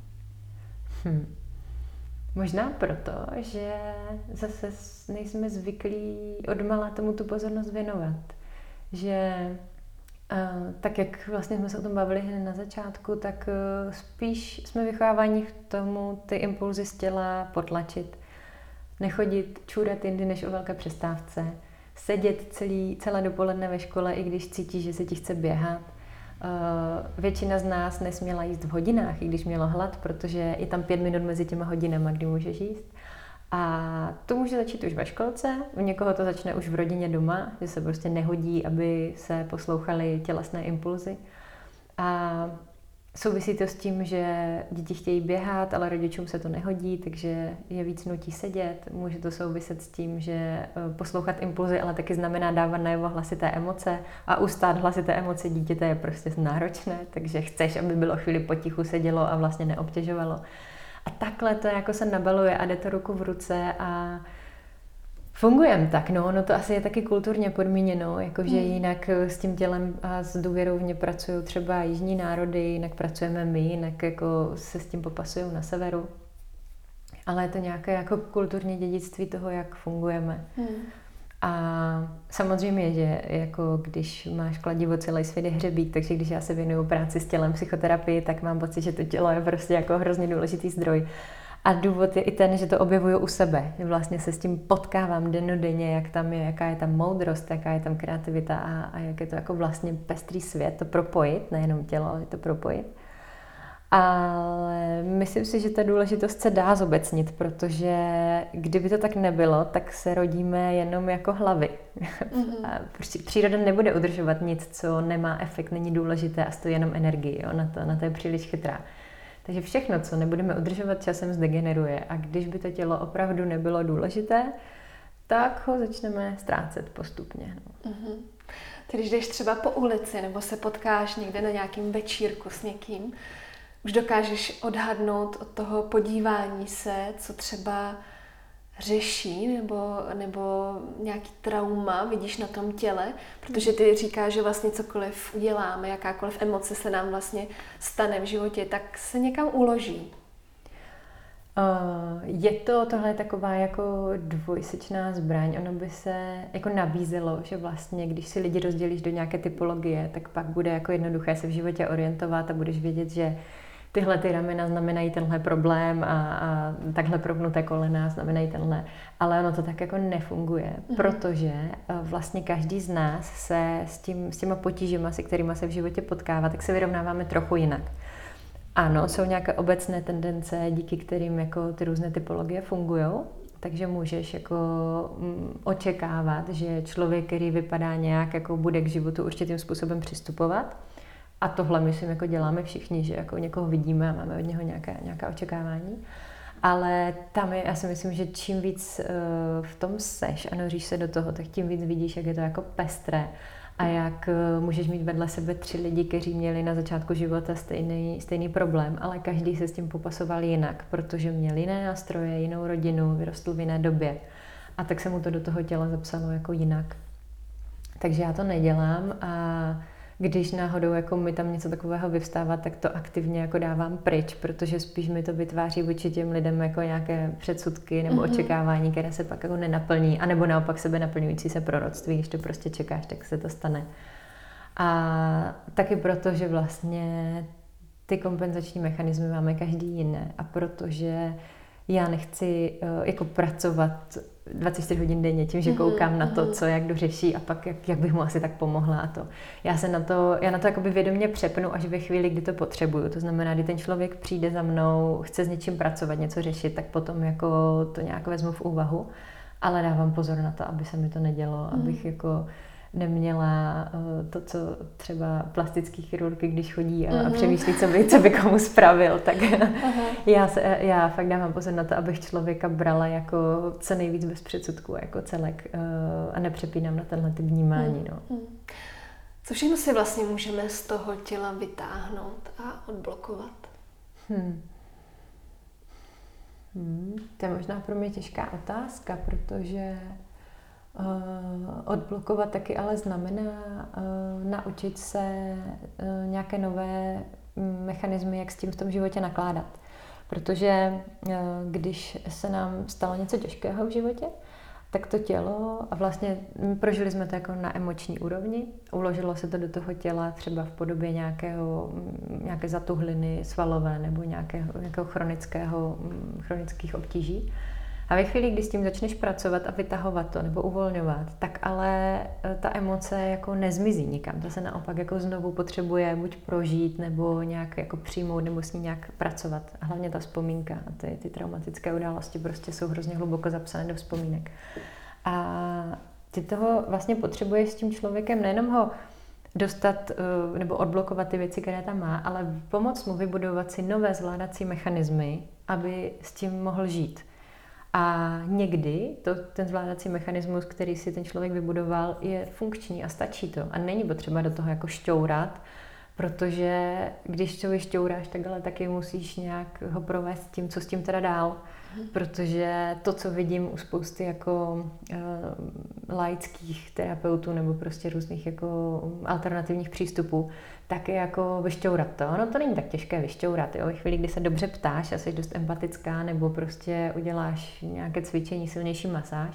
Možná proto, že zase nejsme zvyklí odmala tomu tu pozornost věnovat. Že tak, jak vlastně jsme se o tom bavili hned na začátku, tak spíš jsme vychováváni k tomu ty impulzy z těla potlačit. Nechodit čůrat jindy než o velké přestávce. Sedět celé dopoledne ve škole, i když cítíš, že se ti chce běhat. Většina z nás nesměla jíst v hodinách, i když mělo hlad, protože je tam 5 minut mezi těma hodinama, kdy můžeš jíst. A to může začít už ve školce, u někoho to začne už v rodině doma, že se prostě nehodí, aby se poslouchaly tělesné impulzy. A souvisí to s tím, že děti chtějí běhat, ale rodičům se to nehodí, takže je víc nutí sedět. Může to souviset s tím, že poslouchat impulzy, ale taky znamená dávat najevo hlasité emoce a ustát hlasité emoce dítěte je prostě náročné, takže chceš, aby bylo chvíli potichu, sedělo a vlastně neobtěžovalo. A takhle to jako se nabaluje a jde to ruku v ruce a fungujeme tak, no, ono to asi je taky kulturně podmíněno, jakože jinak s tím tělem a s důvěrou v ně pracují třeba jižní národy, jinak pracujeme my, jinak jako se s tím popasují na severu. Ale je to nějaké jako kulturní dědictví toho, jak fungujeme. A samozřejmě, že jako když máš kladivo, celý svět je hřebík, takže když já se věnuju práci s tělem, psychoterapii, tak mám pocit, že to tělo je prostě jako hrozně důležitý zdroj. A důvod je i ten, že to objevuju u sebe. Vlastně se s tím potkávám dennodenně, jak tam je, jaká je tam moudrost, jaká je tam kreativita a jak je to jako vlastně pestrý svět, to propojit, nejenom tělo, ale to propojit. Ale myslím si, že ta důležitost se dá zobecnit, protože kdyby to tak nebylo, tak se rodíme jenom jako hlavy. Mm-hmm. Prostě příroda nebude udržovat nic, co nemá efekt, není důležité a stojí jenom energii. Jo? Na to je příliš chytrá. Takže všechno, co nebudeme udržovat, časem zdegeneruje. A když by to tělo opravdu nebylo důležité, tak ho začneme ztrácet postupně. No. Mm-hmm. Ty když jdeš třeba po ulici nebo se potkáš někde na nějakým večírku s někým, už dokážeš odhadnout od toho podívání se, co třeba řeší nebo nějaký trauma vidíš na tom těle, protože ty říkáš, že vlastně cokoliv uděláme, jakákoliv emoce se nám vlastně stane v životě, tak se někam uloží. Tohle je taková jako dvojsečná zbraň. Ono by se jako nabízelo, že vlastně, když si lidi rozdělíš do nějaké typologie, tak pak bude jako jednoduché se v životě orientovat a budeš vědět, že tyhle ty ramena znamenají tenhle problém a takhle prognuté kolena znamenají tenhle. Ale ono to tak jako nefunguje, protože vlastně každý z nás se s těma potížima, se kterými se v životě potkává, tak se vyrovnáváme trochu jinak. Ano, jsou nějaké obecné tendence, díky kterým jako ty různé typologie fungují, takže můžeš jako očekávat, že člověk, který vypadá nějak, jako bude k životu určitým způsobem přistupovat. A tohle myslím, jako děláme všichni, že jako někoho vidíme a máme od něho nějaká očekávání. Ale tam je, já si myslím, že čím víc v tom seš a noříš se do toho, tak tím víc vidíš, jak je to jako pestré a jak můžeš mít vedle sebe 3 lidi, kteří měli na začátku života stejný problém, ale každý se s tím popasoval jinak, protože měl jiné nástroje, jinou rodinu, vyrostl v jiné době. A tak se mu to do toho těla zapsalo jako jinak. Takže já to nedělám a když náhodou jako mi tam něco takového vyvstává, tak to aktivně jako dávám pryč, protože spíš mi to vytváří vůči těm lidem jako nějaké předsudky nebo očekávání, které se pak jako nenaplní, anebo naopak sebe naplňující se proroctví, když to prostě čekáš, tak se to stane. A taky proto, že vlastně ty kompenzační mechanismy máme každý jiné a protože já nechci jako pracovat 24 hodin denně tím, že koukám na to, co jak kdo řeší a pak jak bych mu asi tak pomohla a to. Já na to jakoby vědomě přepnu až ve chvíli, kdy to potřebuju. To znamená, kdy ten člověk přijde za mnou, chce s něčím pracovat, něco řešit, tak potom jako to nějak vezmu v úvahu, ale dávám pozor na to, aby se mi to nedělo, abych jako neměla to, co třeba plastický chirurg, když chodí a přemýšlí, co by komu spravil, tak já fakt dávám pozor na to, abych člověka brala jako co nejvíc bez předsudků, jako celek a nepřepínám na tenhle typ vnímání. No. Co všechno si vlastně můžeme z toho těla vytáhnout a odblokovat? To je možná pro mě těžká otázka, protože odblokovat taky ale znamená naučit se nějaké nové mechanismy, jak s tím v tom životě nakládat. Protože když se nám stalo něco těžkého v životě, tak to tělo, a vlastně prožili jsme to jako na emoční úrovni, uložilo se to do toho těla třeba v podobě nějaké zatuhliny svalové nebo nějakého chronických obtíží. A ve chvíli, kdy s tím začneš pracovat a vytahovat to nebo uvolňovat, tak ale ta emoce jako nezmizí nikam. To se naopak jako znovu potřebuje buď prožít nebo nějak jako přijmout nebo s ní nějak pracovat. A hlavně ta vzpomínka a ty traumatické události prostě jsou hrozně hluboko zapsané do vzpomínek. A ty toho vlastně potřebuješ s tím člověkem nejenom ho dostat nebo odblokovat ty věci, které tam má, ale pomoct mu vybudovat si nové zvládací mechanismy, aby s tím mohl žít. A někdy ten zvládací mechanismus, který si ten člověk vybudoval, je funkční a stačí to. A není potřeba do toho jako šťourat, protože když to vyšťouráš, tak ale taky musíš nějak ho provést tím, co s tím teda dál. Protože to, co vidím u spousty jako laických terapeutů nebo prostě různých jako alternativních přístupů, tak je jako vyšťourat to. No to není tak těžké vyšťourat. Jo? Ve chvíli, kdy se dobře ptáš a jsi dost empatická nebo prostě uděláš nějaké cvičení, silnější masáž,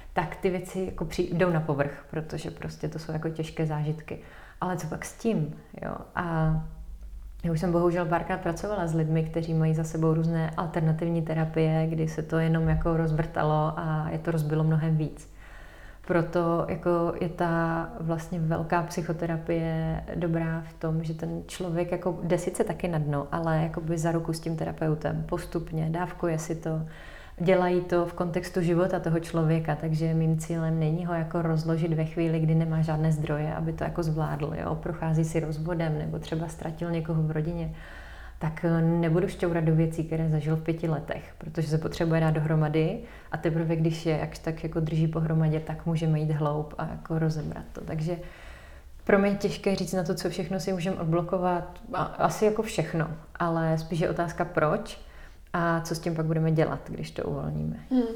tak ty věci jako jdou na povrch, protože prostě to jsou jako těžké zážitky. Ale co pak s tím, jo? A já už jsem bohužel párkrát pracovala s lidmi, kteří mají za sebou různé alternativní terapie, kdy se to jenom jako rozvrtalo a je to rozbilo mnohem víc. Proto jako je ta vlastně velká psychoterapie dobrá v tom, že ten člověk jako jde sice taky na dno, ale jakoby za ruku s tím terapeutem postupně, dávkuje si to, dělají to v kontextu života toho člověka, takže mým cílem není ho jako rozložit ve chvíli, kdy nemá žádné zdroje, aby to jako zvládl, jo? Prochází si rozvodem nebo třeba ztratil někoho v rodině, tak nebudu šťourat do věcí, které zažil v 5 letech, protože se potřebuje dát dohromady a teprve, když je jakž tak jako drží pohromadě, tak můžeme jít hloub a jako rozebrat to. Takže pro mě je těžké říct na to, co všechno si můžeme odblokovat, asi jako všechno, ale spíš je otázka proč a co s tím pak budeme dělat, když to uvolníme.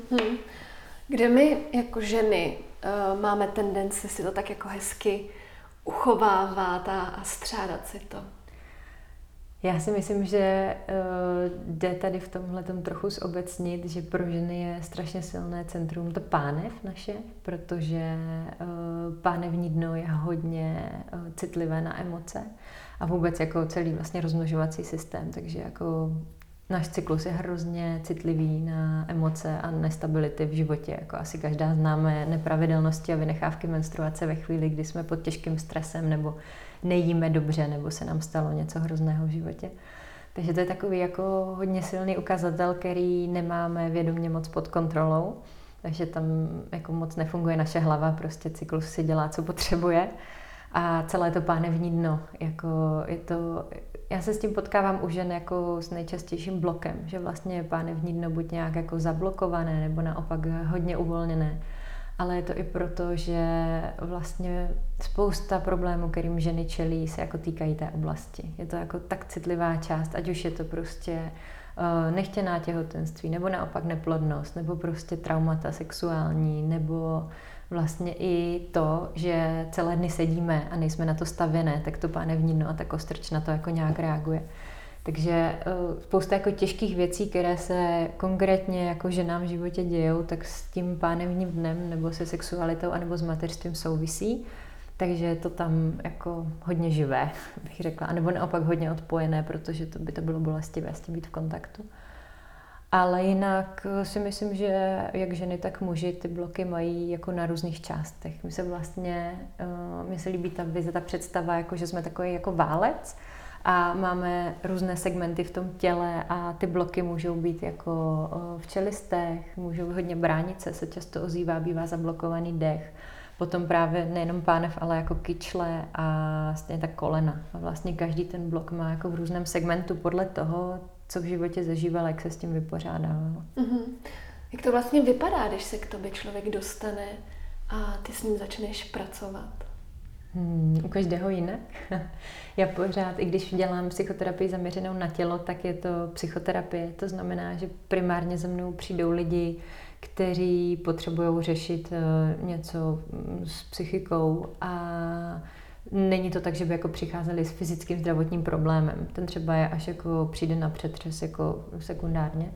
Kde my jako ženy máme tendenci si to tak jako hezky uchovávat a střádat si to? Já si myslím, že jde tady v tomhletom trochu zobecnit, že pro ženy je strašně silné centrum to pánev naše, protože pánevní dno je hodně citlivé na emoce a vůbec jako celý vlastně rozmnožovací systém, takže jako náš cyklus je hrozně citlivý na emoce a nestability v životě. Jako asi každá známe nepravidelnosti a vynechávky menstruace ve chvíli, kdy jsme pod těžkým stresem nebo nejíme dobře, nebo se nám stalo něco hrozného v životě. Takže to je takový jako hodně silný ukazatel, který nemáme vědomě moc pod kontrolou. Takže tam jako moc nefunguje naše hlava, prostě cyklus si dělá, co potřebuje. A celé to pánevní dno, jako je to, já se s tím potkávám u žen jako s nejčastějším blokem, že vlastně je pánevní dno buď nějak jako zablokované, nebo naopak hodně uvolněné. Ale je to i proto, že vlastně spousta problémů, kterým ženy čelí, se jako týkají té oblasti. Je to jako tak citlivá část, ať už je to prostě nechtěná těhotenství, nebo naopak neplodnost, nebo prostě traumata sexuální, nebo vlastně i to, že celé dny sedíme a nejsme na to stavěné, tak to pánevní dno a ta kostrč na to jako nějak reaguje. Takže spousta jako těžkých věcí, které se konkrétně jako ženám v životě dějou, tak s tím pánevním dnem nebo se sexualitou anebo s mateřstvím souvisí. Takže je to tam jako hodně živé, bych řekla. A nebo naopak hodně odpojené, protože to by to bylo bolestivé s tím být v kontaktu. Ale jinak si myslím, že jak ženy, tak muži ty bloky mají jako na různých částech. Mně se líbí ta vize, ta představa, jako že jsme takový jako válec, a máme různé segmenty v tom těle a ty bloky můžou být jako v čelistech, můžou hodně bránit se často ozývá, bývá zablokovaný dech. Potom právě nejenom pánev, ale jako kyčle a stejně tak kolena. A vlastně každý ten blok má jako v různém segmentu podle toho, co v životě zažíval, jak se s tím vypořádával. Jak to vlastně vypadá, když se k tobě člověk dostane a ty s ním začneš pracovat? U každého jinak. Já pořád, i když dělám psychoterapii zaměřenou na tělo, tak je to psychoterapie. To znamená, že primárně za mnou přijdou lidi, kteří potřebují řešit něco s psychikou a není to tak, že by jako přicházeli s fyzickým zdravotním problémem. Ten třeba je až jako přijde na přetřes jako sekundárně.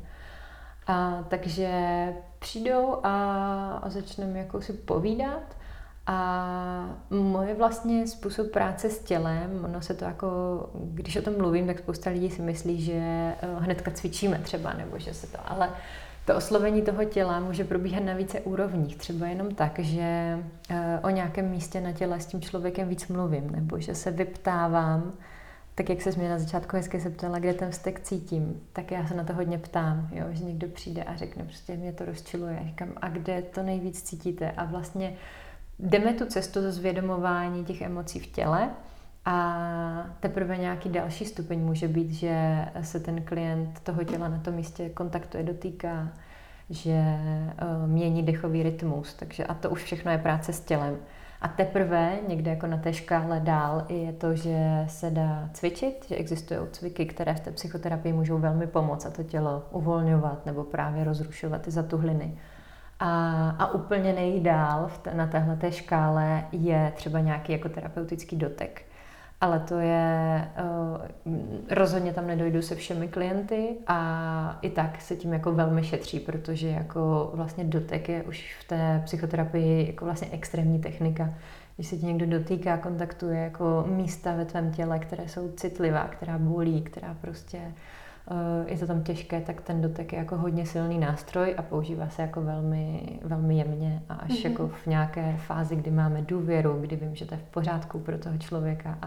Takže přijdou a začneme jako si povídat. A moje vlastně způsob práce s tělem, ono se to jako, když o tom mluvím, tak spousta lidí si myslí, že hnedka cvičíme třeba, nebo že se to, ale to oslovení toho těla může probíhat na více úrovních. Třeba jenom tak, že o nějakém místě na těle s tím člověkem víc mluvím, nebo že se vyptávám, tak jak se mě na začátku hezky se ptala, kde ten vztek cítím, tak já se na to hodně ptám, jo? Že někdo přijde a řekne, prostě mě to rozčiluje. Říkám, a kde to nejvíc cítíte? A vlastně jdeme tu cestu do zvědomování těch emocí v těle a teprve nějaký další stupeň může být, že se ten klient toho těla na tom místě kontaktuje, dotýká, že mění dechový rytmus, takže a to už všechno je práce s tělem. A teprve někde jako na té škále dál je to, že se dá cvičit, že existují cviky, které v té psychoterapii můžou velmi pomoct a to tělo uvolňovat nebo právě rozrušovat ty zatuhliny. A úplně nejdál na téhleté škále je třeba nějaký jako terapeutický dotek. ale to je, rozhodně tam nedojdu se všemi klienty a i tak se tím jako velmi šetří, protože jako vlastně dotek je už v té psychoterapii jako vlastně extrémní technika. Když se ti někdo dotýká, kontaktuje jako místa ve tvém těle, které jsou citlivá, která bolí, která prostě je to tam těžké, tak ten dotek je jako hodně silný nástroj a používá se jako velmi, velmi jemně a až jako v nějaké fázi, kdy máme důvěru, kdy vím, že to je v pořádku pro toho člověka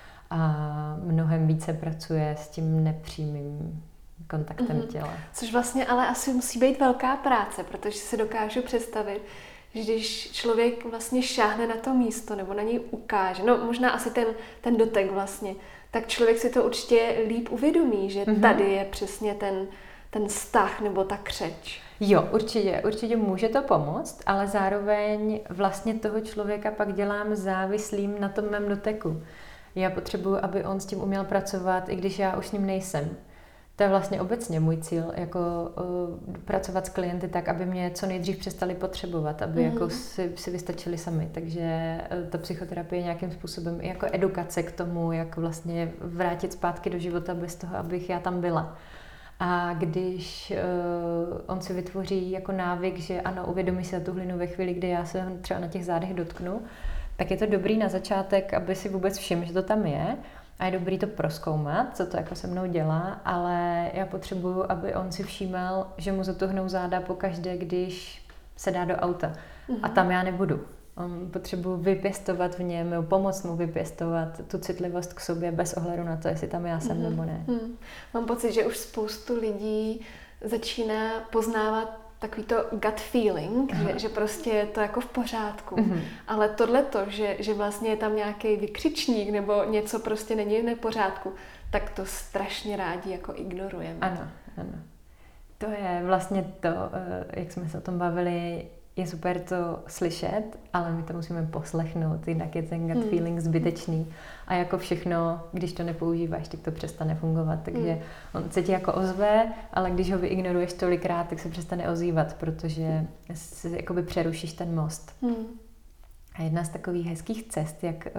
a mnohem více pracuje s tím nepřímým kontaktem těla. Což vlastně ale asi musí být velká práce, protože si dokážu představit, že když člověk vlastně šáhne na to místo nebo na něj ukáže, no možná asi ten dotek vlastně, tak člověk si to určitě líp uvědomí, že tady je přesně ten vztah nebo ta křeč. Jo, určitě může to pomoct, ale zároveň vlastně toho člověka pak dělám závislým na tom mém doteku. Já potřebuji, aby on s tím uměl pracovat, i když já už s ním nejsem. To je vlastně obecně můj cíl, jako pracovat s klienty tak, aby mě co nejdřív přestali potřebovat, aby jako si vystačili sami. Takže ta psychoterapie je nějakým způsobem i jako edukace k tomu, jak vlastně vrátit zpátky do života bez toho, abych já tam byla. A když on si vytvoří jako návyk, že ano, uvědomí si tu hlinu ve chvíli, kdy já se ho třeba na těch zádech dotknu, tak je to dobrý na začátek, aby si vůbec všiml, že to tam je. A je dobrý to prozkoumat, co to jako se mnou dělá, ale já potřebuju, aby on si všímal, že mu zatuhnou záda pokaždé, když se dá do auta. A tam já nebudu. Potřebuji vypěstovat v něm, pomoct mu vypěstovat tu citlivost k sobě bez ohledu na to, jestli tam já jsem nebo ne. Mám pocit, že už spoustu lidí začíná poznávat takový to gut feeling, že prostě je to jako v pořádku. Ale tohleto, že vlastně je tam nějaký vykřičník nebo něco prostě není v nepořádku, tak to strašně rádi jako ignorujeme. Ano. To je vlastně to, jak jsme se o tom bavili, je super to slyšet, ale my to musíme poslechnout, jinak je ten gut feeling zbytečný. A jako všechno, když to nepoužíváš, tak to přestane fungovat. Takže on se ti jako ozve, ale když ho vyignoruješ tolikrát, tak se přestane ozývat, protože si jakoby přerušíš ten most. A jedna z takových hezkých cest, jak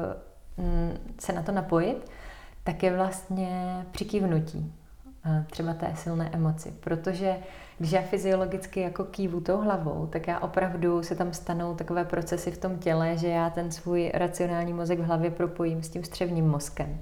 se na to napojit, tak je vlastně přikývnutí. Třeba té silné emoci, protože když já fyziologicky jako kývu tou hlavou, tak já opravdu se tam stanou takové procesy v tom těle, že já ten svůj racionální mozek v hlavě propojím s tím střevním mozkem.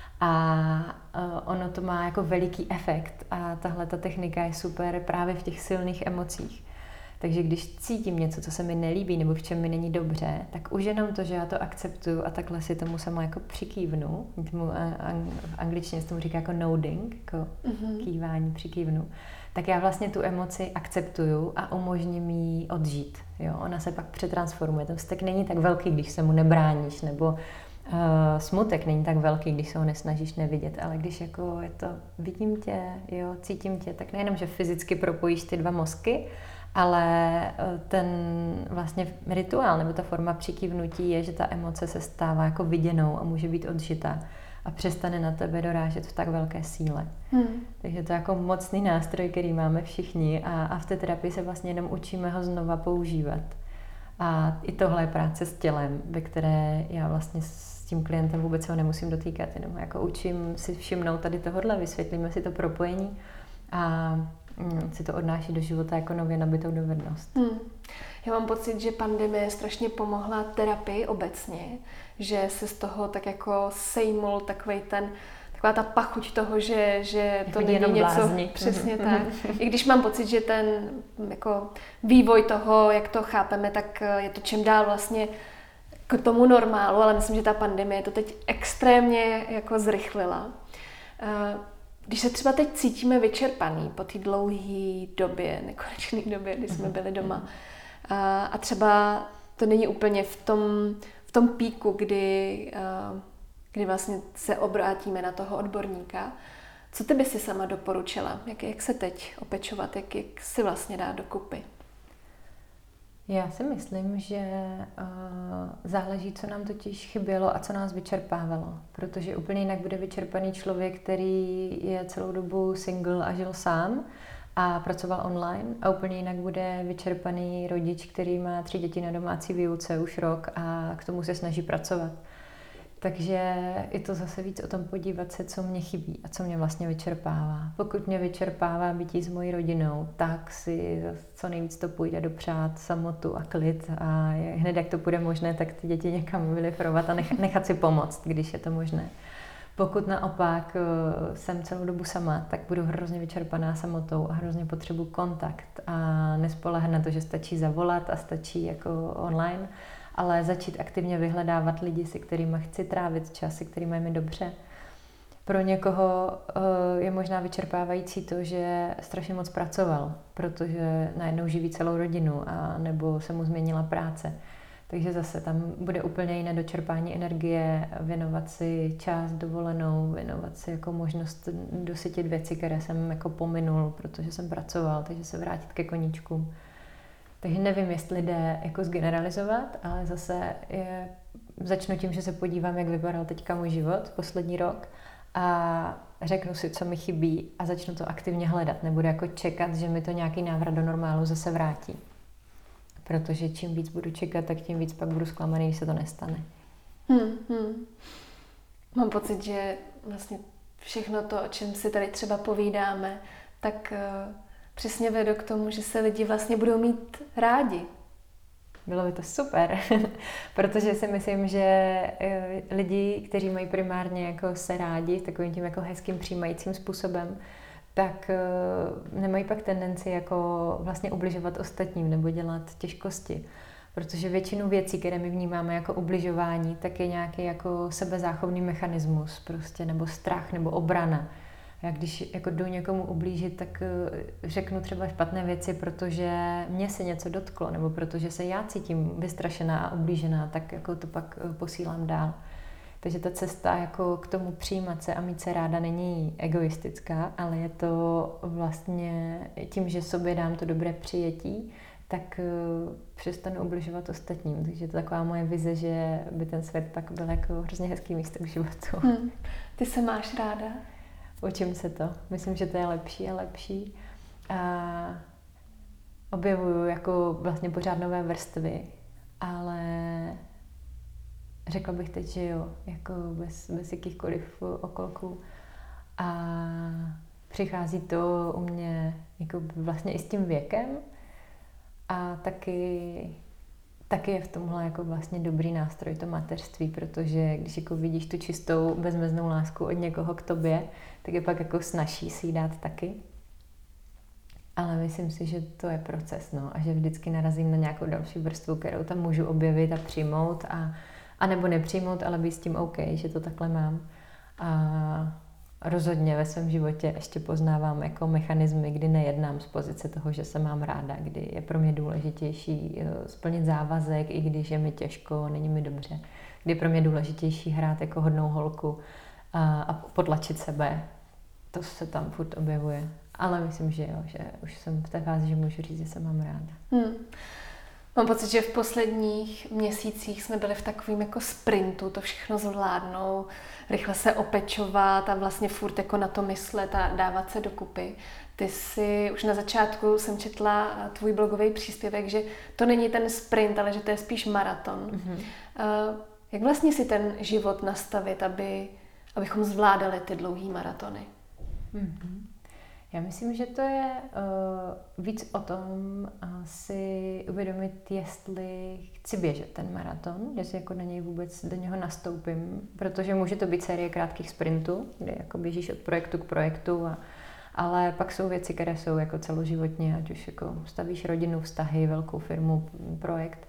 A ono to má jako veliký efekt a tahle ta technika je super právě v těch silných emocích. Takže když cítím něco, co se mi nelíbí nebo v čem mi není dobře, tak už jenom to, že já to akceptuju a takhle si tomu sama jako přikývnu, v angličtině se tomu říká jako nodding, jako kývání, přikývnu, tak já vlastně tu emoci akceptuju a umožním jí odžít. Jo? Ona se pak přetransformuje. Ten vztek není tak velký, když se mu nebráníš, nebo smutek není tak velký, když se ho nesnažíš nevidět, ale když jako je to vidím tě, jo, cítím tě, tak nejenom, že fyzicky propojíš ty dva mozky, ale ten vlastně rituál nebo ta forma přikývnutí je, že ta emoce se stává jako viděnou a může být odžitá a přestane na tebe dorážet v tak velké síle. Takže to je jako mocný nástroj, který máme všichni a v té terapii se vlastně jenom učíme ho znova používat. A i tohle je práce s tělem, ve které já vlastně s tím klientem vůbec ho nemusím dotýkat, jenom jako učím si všimnout tady tohodle, vysvětlíme si to propojení a si to odnáší do života jako nově nabitou dovednost. Já mám pocit, že pandemie strašně pomohla terapii obecně, že se z toho tak jako sejmul taková ta pachuť toho, že to není jenom něco blázni. Přesně tak. I když mám pocit, že ten jako vývoj toho, jak to chápeme, tak je to čím dál vlastně k tomu normálu, ale myslím, že ta pandemie to teď extrémně jako zrychlila. Když se třeba teď cítíme vyčerpaný po té dlouhé době, nekonečné době, kdy jsme byli doma, a třeba to není úplně v tom píku, kdy vlastně se obrátíme na toho odborníka, co ty by si sama doporučila? Jak se teď opečovat? Jak si vlastně dát dokupy? Já si myslím, že záleží, co nám totiž chybělo a co nás vyčerpávalo. Protože úplně jinak bude vyčerpaný člověk, který je celou dobu single a žil sám a pracoval online, a úplně jinak bude vyčerpaný rodič, který má 3 děti na domácí výuce už rok a k tomu se snaží pracovat. Takže je to zase víc o tom podívat se, co mě chybí a co mě vlastně vyčerpává. Pokud mě vyčerpává bytí s mojí rodinou, tak si co nejvíc to půjde dopřát samotu a klid a hned, jak to bude možné, tak ty děti někam vylifrovat a nechat si pomoct, když je to možné. Pokud naopak jsem celou dobu sama, tak budu hrozně vyčerpaná samotou a hrozně potřebuji kontakt a nespoléhat na to, že stačí zavolat a stačí jako online, ale začít aktivně vyhledávat lidi, se kterými chci trávit čas, se kterými je mi dobře. Pro někoho je možná vyčerpávající to, že strašně moc pracoval, protože najednou živí celou rodinu a nebo se mu změnila práce. Takže zase tam bude úplně jiné dočerpání energie, věnovat si čas dovolenou, věnovat si jako možnost dosytit věci, které jsem jako pominul, protože jsem pracoval, takže se vrátit ke koníčkům. Takže nevím, jestli jde jako zgeneralizovat, ale zase začnu tím, že se podívám, jak vypadal teďka můj život poslední rok a řeknu si, co mi chybí a začnu to aktivně hledat. Nebudu jako čekat, že mi to nějaký návrat do normálu zase vrátí. Protože čím víc budu čekat, tak tím víc pak budu zklamaný, když se to nestane. Mám pocit, že vlastně všechno to, o čem si tady třeba povídáme, tak přesně vede k tomu, že se lidi vlastně budou mít rádi. Bylo by to super, protože si myslím, že lidi, kteří mají primárně jako se rádi takovým tím jako hezkým přijímajícím způsobem, tak nemají pak tendenci jako vlastně ubližovat ostatním nebo dělat těžkosti. Protože většinu věcí, které my vnímáme jako ubližování, tak je nějaký jako sebezáchovný mechanismus prostě, nebo strach, nebo obrana. Já když jako jdu někomu ublížit, tak řeknu třeba špatné věci, protože mě se něco dotklo, nebo protože se já cítím vystrašená a ublížená, tak jako to pak posílám dál. Takže ta cesta jako k tomu přijímat se a mít se ráda není egoistická, ale je to vlastně tím, že sobě dám to dobré přijetí, tak přestanu ubližovat ostatním. Takže to je taková moje vize, že by ten svět pak byl jako hrozně hezký místo k životu. Ty se máš ráda? Učím se to. Myslím, že to je lepší a lepší. A objevuju jako vlastně pořád nové vrstvy, ale řekla bych teď, že jo, jako bez jakýchkoliv okolků. A přichází to u mě jako vlastně i s tím věkem a taky je v tomhle jako vlastně dobrý nástroj to mateřství, protože když jako vidíš tu čistou bezmeznou lásku od někoho k tobě, tak je pak jako snazší si ji dát taky. Ale myslím si, že to je proces, no, a že vždycky narazím na nějakou další vrstvu, kterou tam můžu objevit a přijmout a nebo nepřijmout, ale být s tím OK, že to takhle mám. A rozhodně ve svém životě ještě poznávám jako mechanismy, kdy nejednám z pozice toho, že se mám ráda, kdy je pro mě důležitější splnit závazek, i když je mi těžko, není mi dobře. Kdy je pro mě důležitější hrát jako hodnou holku a potlačit sebe. To se tam furt objevuje. Ale myslím, že jo, že už jsem v té fázi, že můžu říct, že se mám ráda. Mám pocit, že v posledních měsících jsme byli v takovém jako sprintu, to všechno zvládnou, rychle se opečovat a vlastně furt jako na to myslet a dávat se dokupy. Ty si, už na začátku jsem četla tvůj blogový příspěvek, že to není ten sprint, ale že to je spíš maraton. Jak vlastně si ten život nastavit, abychom zvládali ty dlouhý maratony? Já myslím, že to je víc o tom si uvědomit, jestli chci běžet ten maraton, jestli jako na něj vůbec do něho nastoupím, protože může to být série krátkých sprintů, kdy jako běžíš od projektu k projektu, ale pak jsou věci, které jsou jako celoživotně, ať už jako stavíš rodinu, vztahy, velkou firmu, projekt.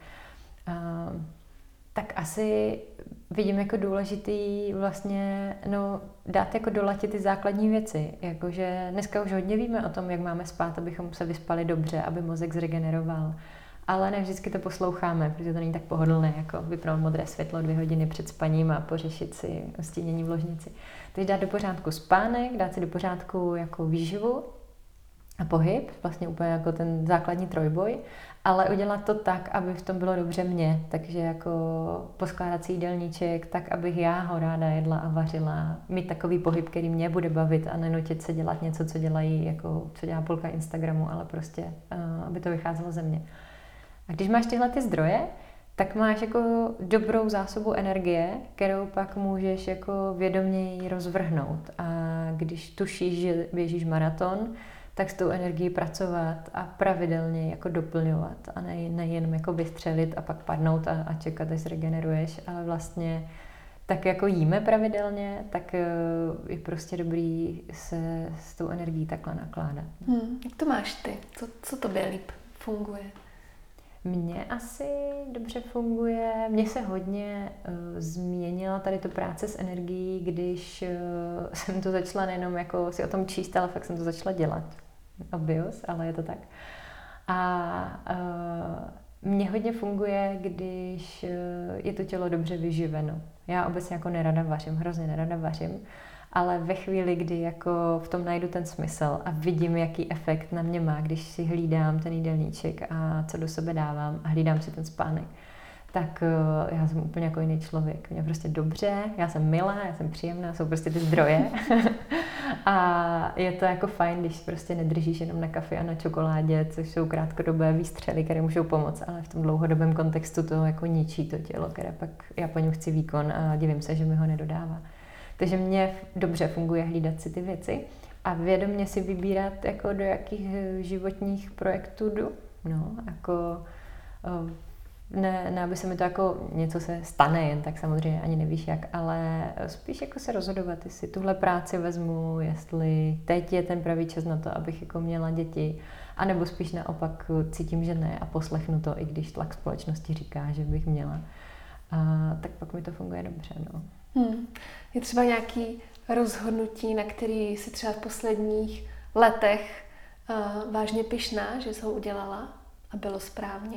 Tak asi vidím jako důležitý vlastně dát jako dolatit ty základní věci. Jakože dneska už hodně víme o tom, jak máme spát, abychom se vyspali dobře, aby mozek zregeneroval. Ale ne vždycky to posloucháme, protože to není tak pohodlné, jako vypnout modré světlo 2 hodiny před spaním a pořešit si stínění v ložnici. Takže dát do pořádku spánek, dát si do pořádku jako výživu a pohyb, vlastně úplně jako ten základní trojboj, ale udělat to tak, aby v tom bylo dobře mně, takže jako poskládat si jídelníček tak, abych já ho ráda jedla a vařila, mít takový pohyb, který mě bude bavit a nenutit se dělat něco, co dělají, jako co dělá půlka Instagramu, ale prostě, aby to vycházelo ze mě. A když máš tyhle ty zdroje, tak máš jako dobrou zásobu energie, kterou pak můžeš jako vědoměji rozvrhnout. A když tušíš, že běžíš maraton, tak s tou energií pracovat a pravidelně jako doplňovat a nejen jako vystřelit a pak padnout a čekat, až zregeneruješ, ale vlastně tak jako jíme pravidelně, tak je prostě dobrý se s tou energií takhle nakládat. Jak to máš ty? Co tobě líp funguje? Mně asi dobře funguje, mně se hodně změnila tady to práce s energií, když jsem to začala nejenom jako si o tom číst, ale fakt jsem to začala dělat. Obvious, ale je to tak. A mně hodně funguje, když je to tělo dobře vyživeno. Já obecně jako nerada vařím, hrozně nerada vařím, ale ve chvíli, kdy jako v tom najdu ten smysl a vidím, jaký efekt na mě má, když si hlídám ten jídelníček a co do sebe dávám a hlídám si ten spánek, tak já jsem úplně jako jiný člověk. Mě prostě dobře, já jsem milá, já jsem příjemná, jsou prostě ty zdroje. A je to jako fajn, když prostě nedržíš jenom na kafi a na čokoládě, což jsou krátkodobé výstřely, které můžou pomoct, ale v tom dlouhodobém kontextu to jako ničí to tělo, které pak já po něm chci výkon a divím se, že mi ho nedodává. Takže mně dobře funguje hlídat si ty věci a vědomě si vybírat, jako do jakých životních projektů jdu. No, jako ne, aby se mi to jako něco se stane, jen tak samozřejmě ani nevíš jak, ale spíš jako se rozhodovat, jestli tuhle práci vezmu, jestli teď je ten pravý čas na to, abych jako měla děti, anebo spíš naopak cítím, že ne a poslechnu to, i když tlak společnosti říká, že bych měla. Tak pak mi to funguje dobře, no. Je třeba nějaký rozhodnutí, na který si třeba v posledních letech vážně pyšná, že jsi ho udělala a bylo správně?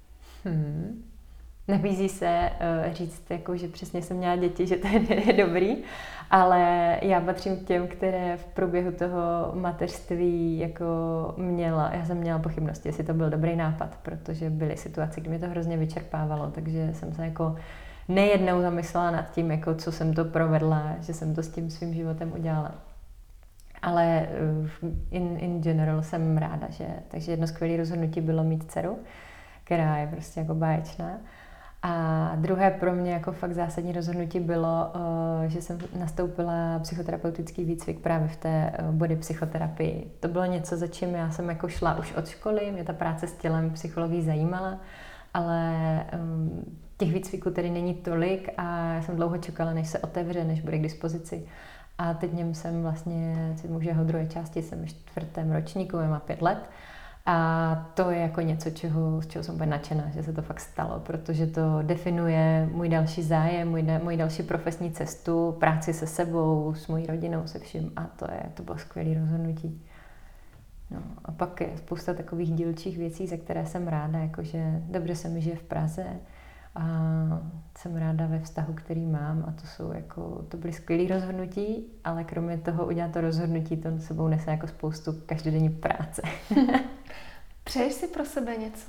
Nabízí se říct, jako, že přesně jsem měla děti, že to je dobrý, ale já patřím k těm, které v průběhu toho mateřství jako já jsem měla pochybnosti, jestli to byl dobrý nápad, protože byly situace, kdy mě to hrozně vyčerpávalo, takže jsem se jako nejednou zamyslela nad tím, jako, co jsem to provedla, že jsem to s tím svým životem udělala. Ale in general jsem ráda, takže jedno skvělé rozhodnutí bylo mít dceru, která je prostě jako báječná. A druhé pro mě jako fakt zásadní rozhodnutí bylo, že jsem nastoupila psychoterapeutický výcvik právě v té body psychoterapii. To bylo něco, za čím já jsem jako šla už od školy, mě ta práce s tělem, psychologií zajímala, ale těch výcviků tedy není tolik a já jsem dlouho čekala, než se otevře, než bude k dispozici. A teď něm jsem vlastně, už jeho druhé části, jsem v 4. ročníku, má 5 let. A to je jako něco, z čeho jsem úplně nadšená, že se to fakt stalo, protože to definuje můj další zájem, můj další profesní cestu, práci se sebou, s mojí rodinou, se vším. A to bylo skvělé rozhodnutí. No, a pak je spousta takových dílčích věcí, za které jsem ráda, jakože dobře se mi žije v Praze a jsem ráda ve vztahu, který mám, a to byly skvělé rozhodnutí, ale kromě toho udělat to rozhodnutí, to sebou nese jako spoustu každodenní práce. Přeješ si pro sebe něco?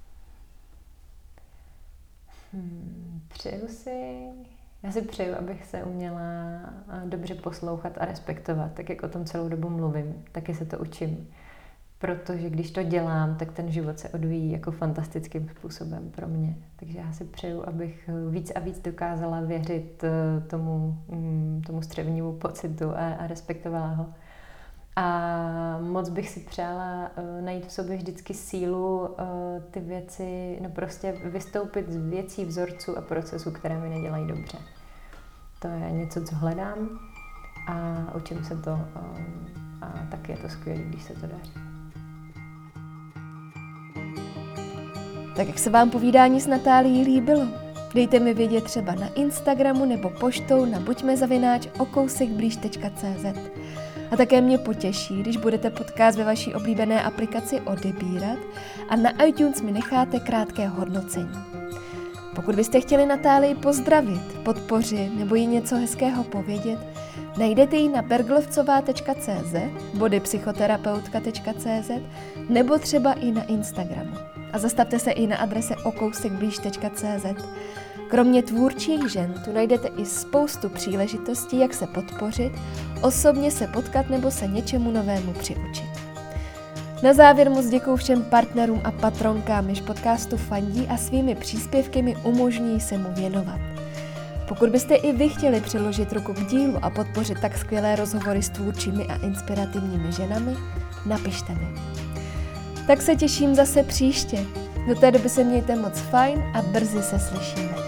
Já si přeju, abych se uměla dobře poslouchat a respektovat, tak jak o tom celou dobu mluvím, taky se to učím. Protože když to dělám, tak ten život se odvíjí jako fantastickým způsobem pro mě. Takže já si přeju, abych víc a víc dokázala věřit tomu střevnímu pocitu a respektovala ho. A moc bych si přála najít v sobě vždycky sílu ty věci, prostě vystoupit z věcí, vzorců a procesů, které mi nedělají dobře. To je něco, co hledám a učím se to a taky je to skvělé, když se to daří. Tak jak se vám povídání s Natálií líbilo? Dejte mi vědět třeba na Instagramu nebo poštou na buďmezavinač@okousekblíž.cz. A také mě potěší, když budete podcast ve vaší oblíbené aplikaci odebírat a na iTunes mi necháte krátké hodnocení. Pokud byste chtěli Natálii pozdravit, podpořit nebo jí něco hezkého povědět, najdete ji na berglovcová.cz, bodypsychoterapeutka.cz nebo třeba i na Instagramu. A zastavte se i na adrese okousekblíž.cz. Kromě tvůrčích žen tu najdete i spoustu příležitostí, jak se podpořit, osobně se potkat nebo se něčemu novému přiučit. Na závěr moc děkuju všem partnerům a patronkám, jež podcastu fandí a svými příspěvky mi umožní se mu věnovat. Pokud byste i vy chtěli přiložit ruku k dílu a podpořit tak skvělé rozhovory s tvůrčími a inspirativními ženami, napište mi. Tak se těším zase příště. Do té doby se mějte moc fajn a brzy se slyšíme.